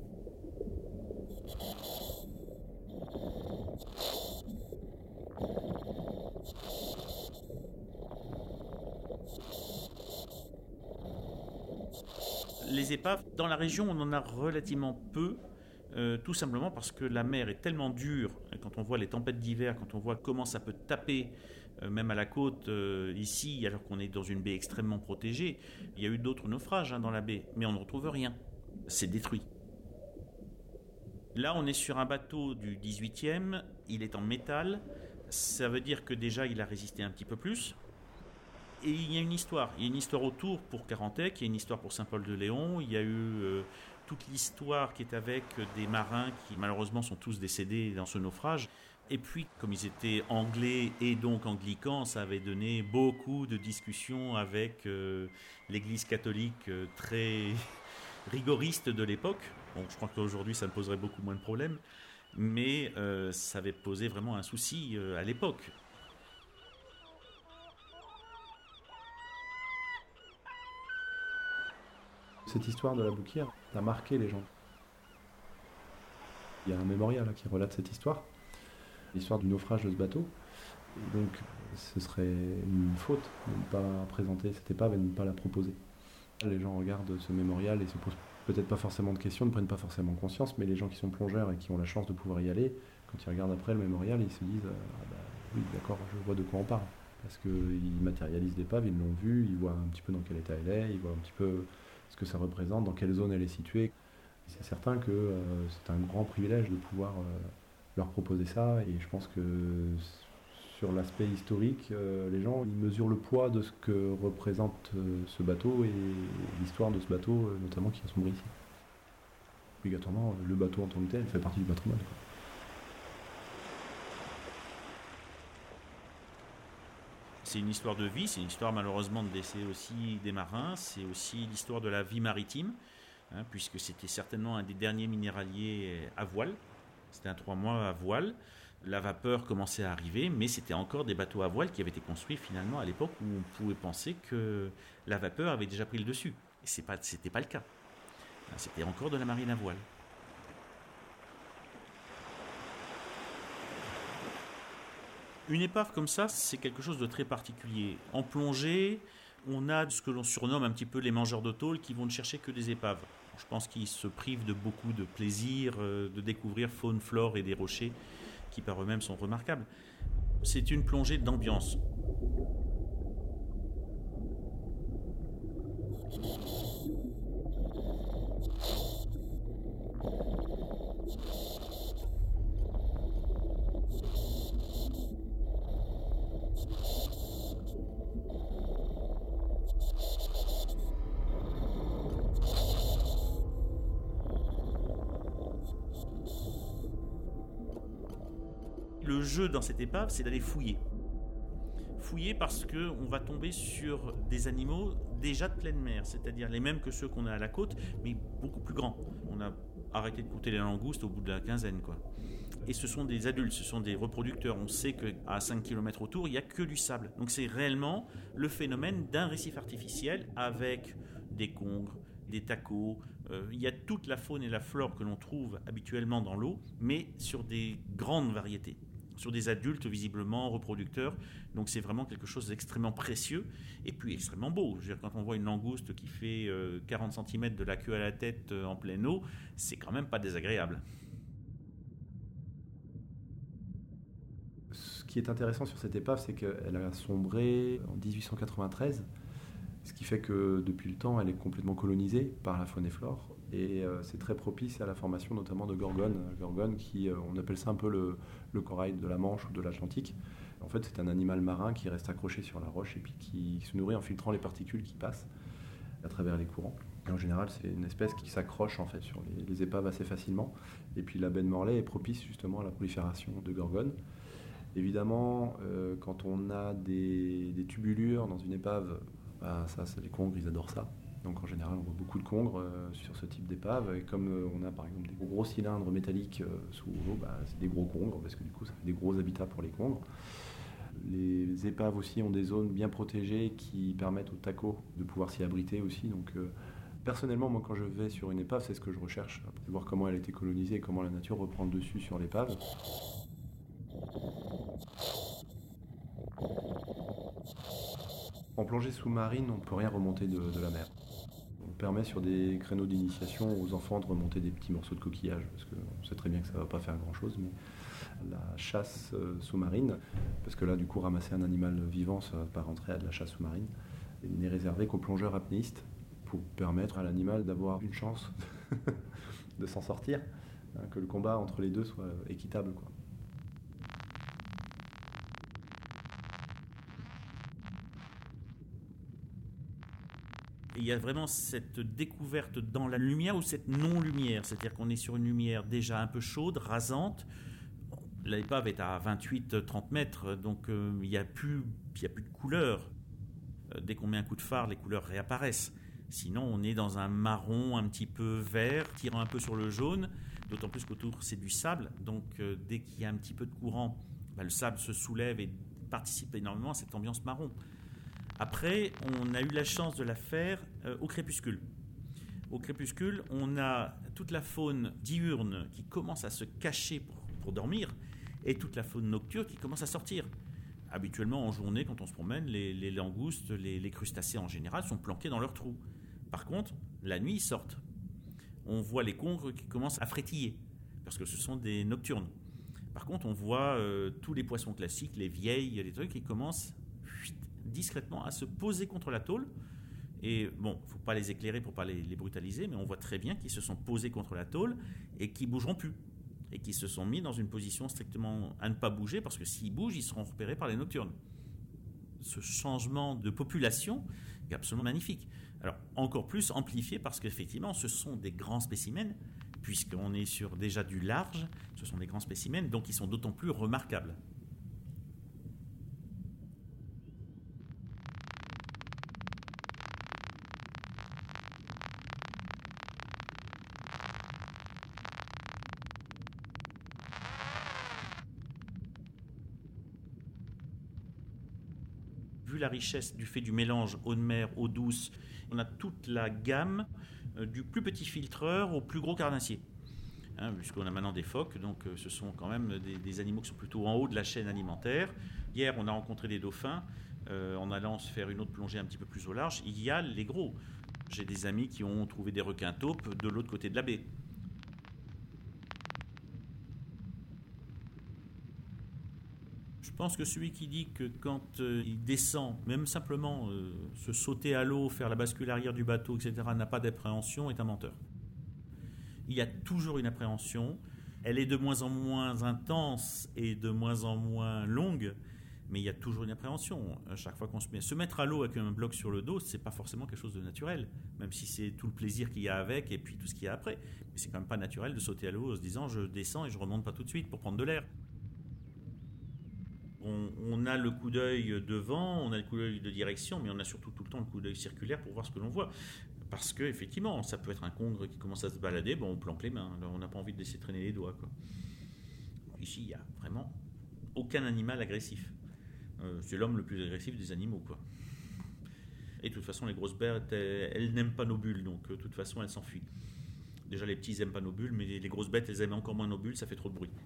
Les épaves, dans la région, on en a relativement peu, tout simplement parce que la mer est tellement dure, quand on voit les tempêtes d'hiver, quand on voit comment ça peut taper, même à la côte, ici, alors qu'on est dans une baie extrêmement protégée. Il y a eu d'autres naufrages dans la baie, mais on ne retrouve rien. C'est détruit. Là, on est sur un bateau du 18e, il est en métal, ça veut dire que déjà, il a résisté un petit peu plus. Et il y a une histoire autour pour Carantec, il y a une histoire pour Saint-Paul-de-Léon, il y a eu toute l'histoire qui est avec des marins qui malheureusement sont tous décédés dans ce naufrage. Et puis, comme ils étaient anglais et donc anglicans, ça avait donné beaucoup de discussions avec l'église catholique très rigoriste de l'époque. Bon, je crois qu'aujourd'hui ça me poserait beaucoup moins de problèmes, mais ça avait posé vraiment un souci à l'époque. Cette histoire de la bouquière a marqué les gens. Il y a un mémorial qui relate cette histoire, l'histoire du naufrage de ce bateau. Et donc ce serait une faute de ne pas présenter cette épave et de ne pas la proposer. Les gens regardent ce mémorial et se posent peut-être pas forcément de questions, ne prennent pas forcément conscience, mais les gens qui sont plongeurs et qui ont la chance de pouvoir y aller, quand ils regardent après le mémorial, ils se disent oui d'accord, je vois de quoi on parle. Parce qu'ils matérialisent l'épave, ils l'ont vue, ils voient un petit peu dans quel état elle est, ils voient un petit peu ce que ça représente, dans quelle zone elle est située. C'est certain que c'est un grand privilège de pouvoir leur proposer ça, et je pense que sur l'aspect historique, les gens ils mesurent le poids de ce que représente ce bateau et l'histoire de ce bateau, notamment qui a sombré ici. Obligatoirement, le bateau en tant que tel fait partie du patrimoine. C'est une histoire de vie, c'est une histoire malheureusement de décès aussi des marins, c'est aussi l'histoire de la vie maritime, puisque c'était certainement un des derniers minéraliers à voile. C'était un 3 mois à voile. La vapeur commençait à arriver, mais c'était encore des bateaux à voile qui avaient été construits finalement à l'époque où on pouvait penser que la vapeur avait déjà pris le dessus. Et c'était pas le cas. C'était encore de la marine à voile. Une épave comme ça, c'est quelque chose de très particulier. En plongée, on a ce que l'on surnomme un petit peu les mangeurs de tôle qui vont ne chercher que des épaves. Je pense qu'ils se privent de beaucoup de plaisir de découvrir faune, flore et des rochers qui par eux-mêmes sont remarquables. C'est une plongée d'ambiance. Le jeu dans cette épave, c'est d'aller fouiller. fouiller parce qu'on va tomber sur des animaux déjà de pleine mer, c'est-à-dire les mêmes que ceux qu'on a à la côte, mais beaucoup plus grands. On a arrêté de compter les langoustes au bout de la quinzaine, quoi. Et ce sont des adultes, ce sont des reproducteurs. On sait qu'à 5 km autour, il n'y a que du sable. Donc c'est réellement le phénomène d'un récif artificiel avec des congres, des tacos. Il y a toute la faune et la flore que l'on trouve habituellement dans l'eau, mais sur des grandes variétés, sur des adultes visiblement reproducteurs. Donc c'est vraiment quelque chose d'extrêmement précieux et puis extrêmement beau. Je veux dire, quand on voit une langouste qui fait 40 cm de la queue à la tête en pleine eau, c'est quand même pas désagréable. Ce qui est intéressant sur cette épave, c'est qu'elle a sombré en 1893, ce qui fait que depuis le temps, elle est complètement colonisée par la faune et flore, et c'est très propice à la formation notamment de gorgones. Gorgones qui, on appelle ça un peu le corail de la Manche ou de l'Atlantique. En fait, c'est un animal marin qui reste accroché sur la roche et puis qui se nourrit en filtrant les particules qui passent à travers les courants. Et en général, c'est une espèce qui s'accroche en fait sur les épaves assez facilement. Et puis la baie de Morlaix est propice justement à la prolifération de gorgones. Évidemment, quand on a des tubulures dans une épave, les congres, ils adorent ça. Donc en général, on voit beaucoup de congres sur ce type d'épave. Et comme on a par exemple des gros cylindres métalliques sous l'eau, c'est des gros congres, parce que du coup, ça fait des gros habitats pour les congres. Les épaves aussi ont des zones bien protégées qui permettent aux tacos de pouvoir s'y abriter aussi. Donc personnellement, moi, quand je vais sur une épave, c'est ce que je recherche. C'est voir comment elle a été colonisée et comment la nature reprend le dessus sur l'épave. En plongée sous-marine, on ne peut rien remonter de la mer. On permet sur des créneaux d'initiation aux enfants de remonter des petits morceaux de coquillage, parce qu'on sait très bien que ça ne va pas faire grand-chose, mais la chasse sous-marine, parce que là, du coup, ramasser un animal vivant, ça ne va pas rentrer à de la chasse sous-marine, n'est réservé qu'aux plongeurs apnéistes, pour permettre à l'animal d'avoir une chance de s'en sortir, que le combat entre les deux soit équitable, quoi. Et il y a vraiment cette découverte dans la lumière ou cette non-lumière, c'est-à-dire qu'on est sur une lumière déjà un peu chaude, rasante. L'épave est à 28-30 mètres, donc il n'y a plus de couleur. Dès qu'on met un coup de phare, les couleurs réapparaissent. Sinon, on est dans un marron un petit peu vert, tirant un peu sur le jaune, d'autant plus qu'autour, c'est du sable. Donc dès qu'il y a un petit peu de courant, le sable se soulève et participe énormément à cette ambiance marron. Après, on a eu la chance de la faire au crépuscule. Au crépuscule, on a toute la faune diurne qui commence à se cacher pour dormir et toute la faune nocturne qui commence à sortir. Habituellement, en journée, quand on se promène, les langoustes, les crustacés en général sont planqués dans leurs trous. Par contre, la nuit, ils sortent. On voit les congres qui commencent à frétiller parce que ce sont des nocturnes. Par contre, on voit tous les poissons classiques, les vieilles, les trucs qui commencent discrètement à se poser contre la tôle. Et bon, il ne faut pas les éclairer pour ne pas les brutaliser, mais on voit très bien qu'ils se sont posés contre la tôle et qu'ils ne bougeront plus. Et qu'ils se sont mis dans une position strictement à ne pas bouger, parce que s'ils bougent, ils seront repérés par les nocturnes. Ce changement de population est absolument magnifique. Alors, encore plus amplifié parce qu'effectivement, ce sont des grands spécimens, puisqu'on est sur déjà du large, ce sont des grands spécimens, donc ils sont d'autant plus remarquables. Vu la richesse du fait du mélange eau de mer, eau douce, on a toute la gamme du plus petit filtreur au plus gros carnassier. Puisqu'on a maintenant des phoques, donc ce sont quand même des animaux qui sont plutôt en haut de la chaîne alimentaire. Hier, on a rencontré des dauphins en allant se faire une autre plongée un petit peu plus au large. Il y a les gros. J'ai des amis qui ont trouvé des requins taupes de l'autre côté de la baie. Je pense que celui qui dit que quand il descend, même simplement se sauter à l'eau, faire la bascule arrière du bateau, etc., n'a pas d'appréhension, est un menteur. Il y a toujours une appréhension. Elle est de moins en moins intense et de moins en moins longue, mais il y a toujours une appréhension. À chaque fois qu'on se mettre à l'eau avec un bloc sur le dos, c'est pas forcément quelque chose de naturel, même si c'est tout le plaisir qu'il y a avec et puis tout ce qu'il y a après. Mais c'est quand même pas naturel de sauter à l'eau en se disant je descends et je remonte pas tout de suite pour prendre de l'air. On a le coup d'œil devant, on a le coup d'œil de direction, mais on a surtout tout le temps le coup d'œil circulaire pour voir ce que l'on voit. Parce que effectivement, ça peut être un congre qui commence à se balader, on planque les mains. Alors, on n'a pas envie de laisser traîner les doigts, quoi. Ici, il n'y a vraiment aucun animal agressif. C'est l'homme le plus agressif des animaux, quoi. Et de toute façon, les grosses bêtes, elles n'aiment pas nos bulles, donc de toute façon, elles s'enfuient. Déjà, les petits, ils n'aiment pas nos bulles, mais les grosses bêtes, elles aiment encore moins nos bulles, ça fait trop de bruit.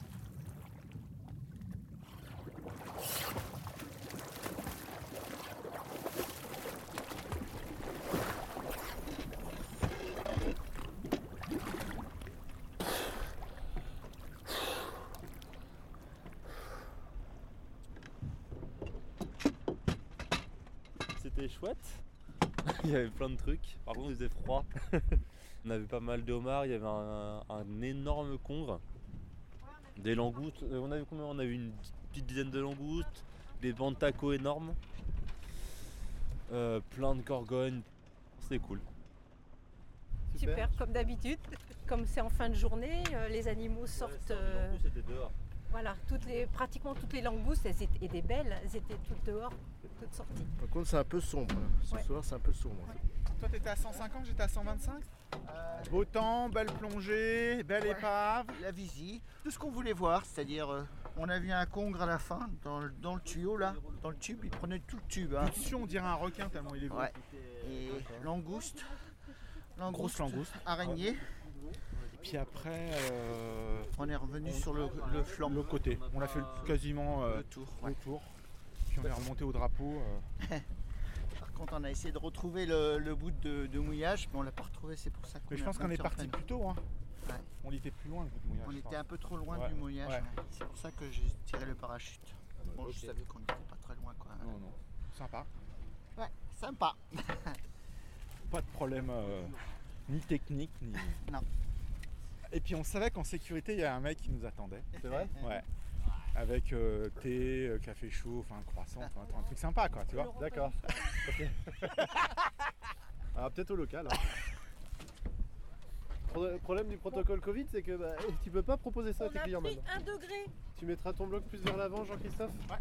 C'était chouette. Il y avait plein de trucs. Par contre, il faisait froid. On avait pas mal de homards. Il y avait un énorme congre. Des langoustes. On avait combien ? On avait une petite dizaine de langoustes. Des bancs de tacos énormes. Plein de gorgognes. C'était cool. Super, comme d'habitude. Comme c'est en fin de journée, les animaux sortent. Les langoustes étaient dehors. Voilà, pratiquement toutes les langoustes, elles étaient belles, elles étaient toutes dehors, toutes sorties. Par contre, c'est un peu sombre. Ce soir, c'est un peu sombre. Toi, t'étais à 150, j'étais à 125. Beau temps, belle plongée, belle épave. La visite, tout ce qu'on voulait voir, c'est-à-dire on a vu un congre à la fin, dans le tuyau là, dans le tube, il prenait tout le tube. Hein. Dessus, on dirait un requin tellement il est gros. Ouais. Et langouste, grosse langouste, araignée. Puis après, on est revenu sur le flanc. Le côté. On a fait quasiment le tour. Puis on est remonté au drapeau. Par contre, on a essayé de retrouver le bout de mouillage, mais on l'a pas retrouvé. C'est pour ça qu'on. Mais je pense qu'on est parti plus tôt. Hein. Ouais. On était plus loin le bout de mouillage. On était un peu trop loin du mouillage. Ouais. C'est pour ça que j'ai tiré le parachute. Bon, je savais qu'on n'était pas très loin, quoi. Non. Sympa. Ouais, sympa. Pas de problème ni technique ni. Non. Et puis on savait qu'en sécurité, il y a un mec qui nous attendait. C'est vrai ? Ouais. Avec thé, café chaud, enfin croissant, un truc sympa, quoi, tu vois. D'accord. Okay. Alors peut-être au local. Hein. Le problème du protocole Covid, c'est que tu peux pas proposer ça à tes clients maintenant. 1 degré. Tu mettras ton bloc plus vers l'avant, Jean-Christophe ? Ouais.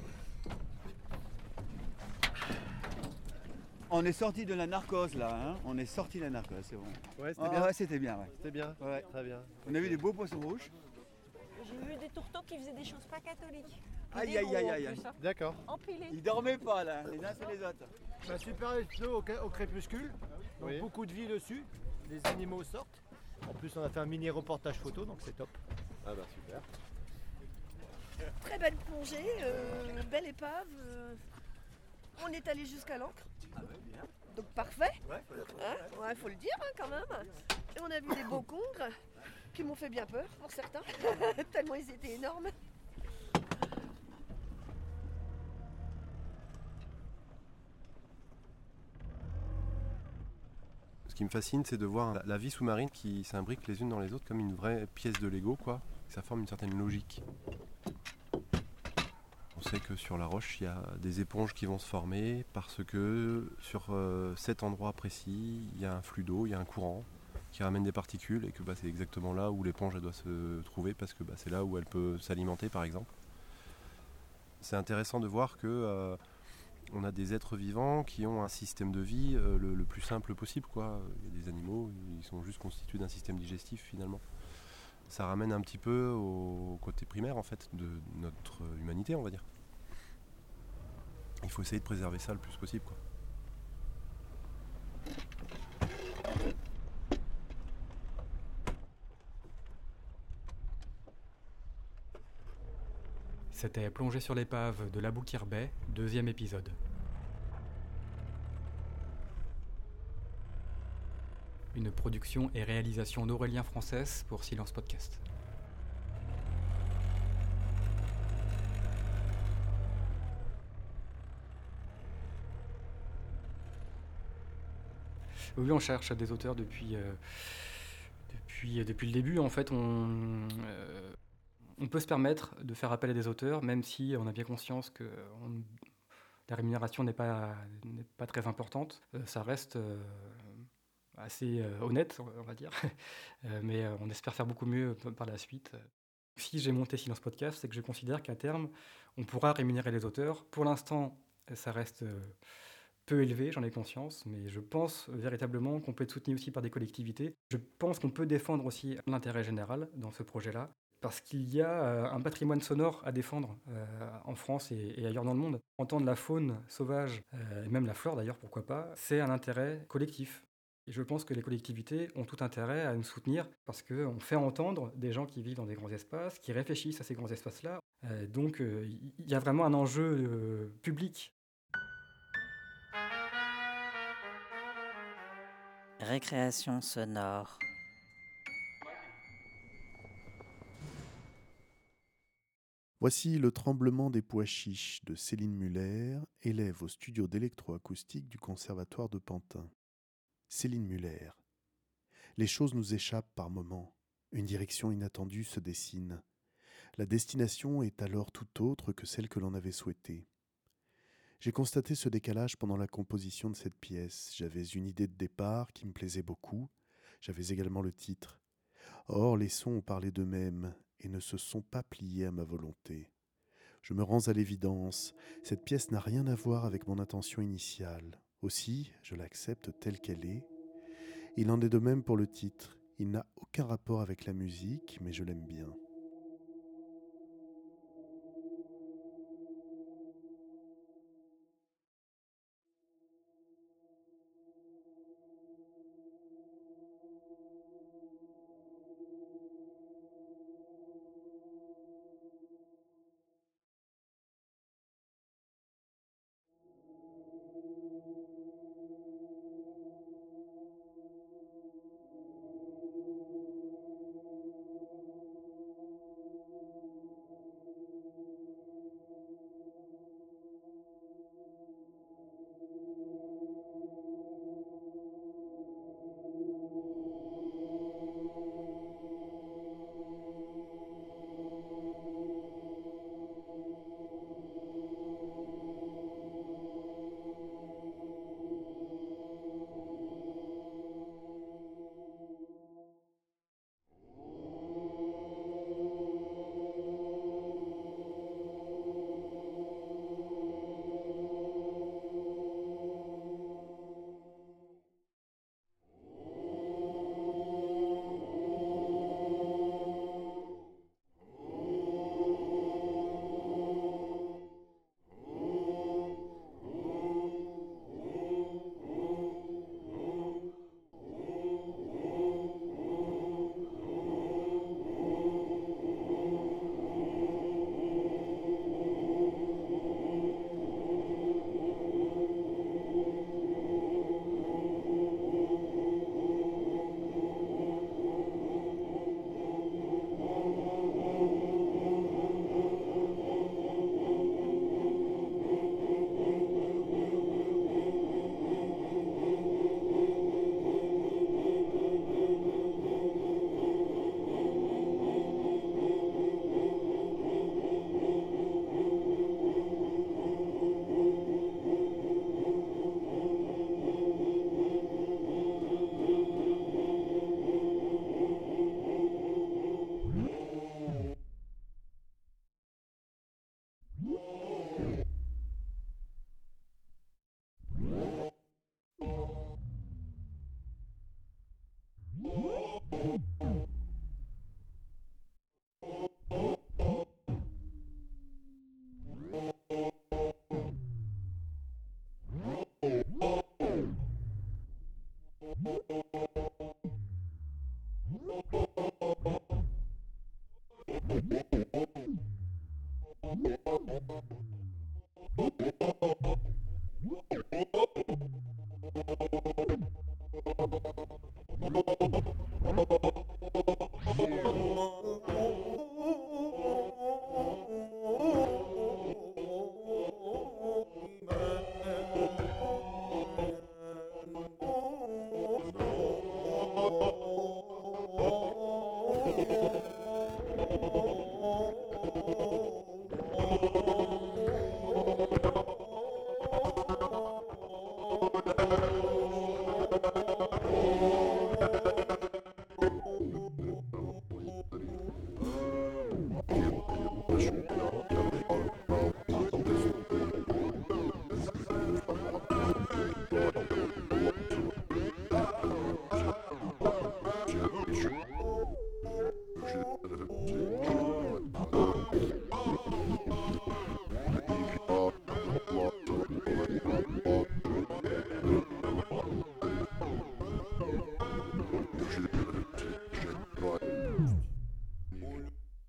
On est sorti de la narcose là, hein. On est sorti de la narcose, c'est bon. Ouais, c'était bien. Ouais, c'était bien, ouais. C'était bien. Ouais. Très bien. On a vu des beaux poissons rouges. J'ai vu des tourteaux qui faisaient des choses pas catholiques. Aïe aïe aïe aïe. Hein. D'accord. Empilés. Ils dormaient pas là, les uns sur les autres. Super épisode au crépuscule. Donc oui. Beaucoup de vie dessus. Les animaux sortent. En plus, on a fait un mini reportage photo, donc c'est top. Ah bah super. Très belle plongée, belle épave. On est allé jusqu'à l'ancre. Ah ouais, bien. Donc parfait. Ouais, faut le dire quand même. Et on a vu des beaux congres qui m'ont fait bien peur pour certains, tellement ils étaient énormes. Ce qui me fascine, c'est de voir la vie sous-marine qui s'imbrique les unes dans les autres comme une vraie pièce de Lego, quoi. Ça forme une certaine logique. On sait que sur la roche, il y a des éponges qui vont se former parce que sur cet endroit précis, il y a un flux d'eau, il y a un courant qui ramène des particules et que c'est exactement là où l'éponge doit se trouver parce que c'est là où elle peut s'alimenter, par exemple. C'est intéressant de voir que on a des êtres vivants qui ont un système de vie le plus simple possible, quoi. Il y a des animaux, ils sont juste constitués d'un système digestif finalement. Ça ramène un petit peu au côté primaire en fait de notre humanité, on va dire. Il faut essayer de préserver ça le plus possible, quoi. C'était Plongé sur l'épave de l'Aboukir Bay, 2e épisode. Une production et réalisation d'Aurélien Frances pour Silence Podcast. Oui, on cherche des auteurs depuis le début. En fait, on peut se permettre de faire appel à des auteurs, même si on a bien conscience que la rémunération n'est pas très importante. Ça reste assez honnête, on va dire. Mais on espère faire beaucoup mieux par la suite. Si j'ai monté Silence Podcast, c'est que je considère qu'à terme, on pourra rémunérer les auteurs. Pour l'instant, ça reste peu élevé, j'en ai conscience, mais je pense véritablement qu'on peut être soutenu aussi par des collectivités. Je pense qu'on peut défendre aussi l'intérêt général dans ce projet-là, parce qu'il y a un patrimoine sonore à défendre en France et ailleurs dans le monde. Entendre la faune sauvage, et même la flore d'ailleurs, pourquoi pas, c'est un intérêt collectif. Et je pense que les collectivités ont tout intérêt à nous soutenir parce qu'on fait entendre des gens qui vivent dans des grands espaces, qui réfléchissent à ces grands espaces-là. Donc il y a vraiment un enjeu public. Récréation sonore. Voici Le tremblement des pois chiches de Céline Muller, élève au studio d'électroacoustique du Conservatoire de Pantin. Céline Muller. Les choses nous échappent par moments. Une direction inattendue se dessine. La destination est alors tout autre que celle que l'on avait souhaitée. J'ai constaté ce décalage pendant la composition de cette pièce. J'avais une idée de départ qui me plaisait beaucoup. J'avais également le titre. Or, les sons ont parlé d'eux-mêmes et ne se sont pas pliés à ma volonté. Je me rends à l'évidence. Cette pièce n'a rien à voir avec mon intention initiale. Aussi, je l'accepte telle qu'elle est. Il en est de même pour le titre. Il n'a aucun rapport avec la musique, mais je l'aime bien.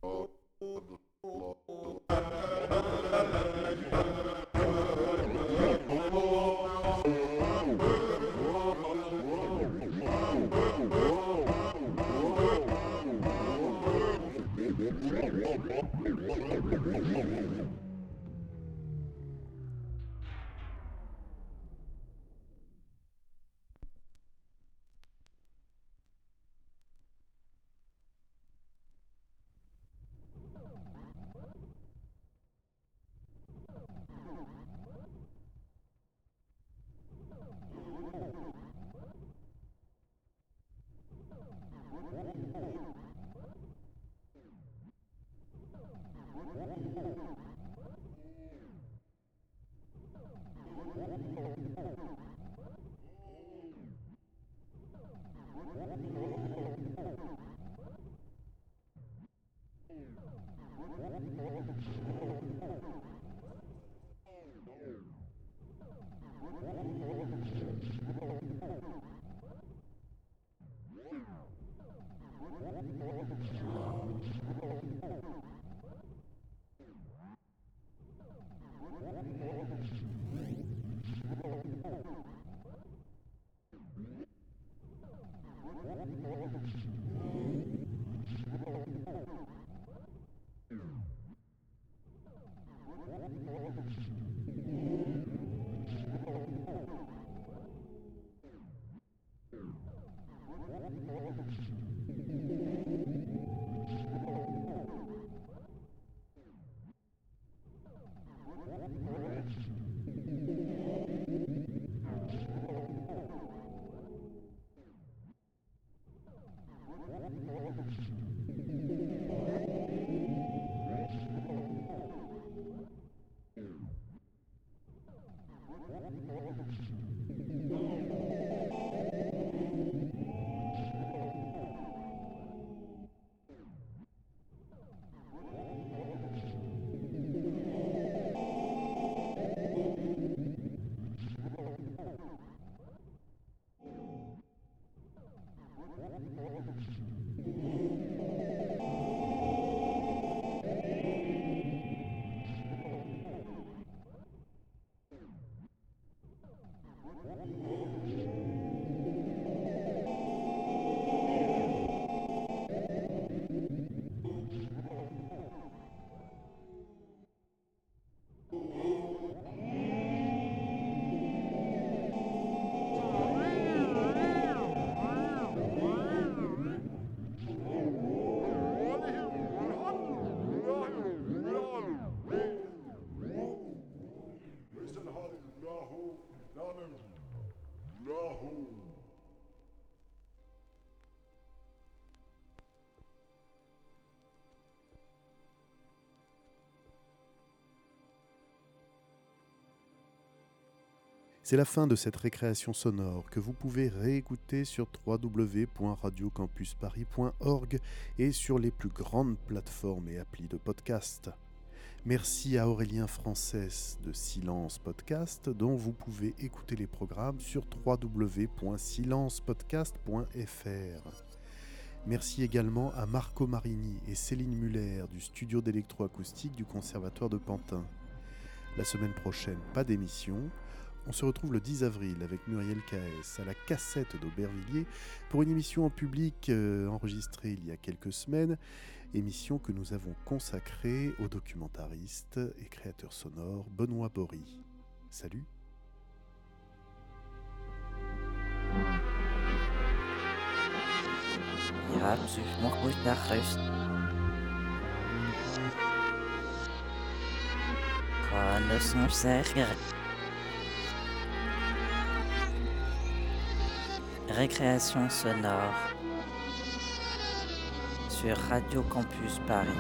C'est la fin de cette récréation sonore que vous pouvez réécouter sur www.radiocampusparis.org et sur les plus grandes plateformes et applis de podcast. Merci à Aurélien Frances de Silence Podcast, dont vous pouvez écouter les programmes sur www.silencepodcast.fr. Merci également à Marco Marini et Céline Muller du studio d'électroacoustique du Conservatoire de Pantin. La semaine prochaine, pas d'émission. On se retrouve le 10 avril avec Muriel Caès à la Cassette d'Aubervilliers pour une émission en public enregistrée il y a quelques semaines, émission que nous avons consacrée au documentariste et créateur sonore Benoît Bory. Salut. Ja, psych nog goed naar rust. Gewoon dus nog zeggen. Récréation sonore sur Radio Campus Paris.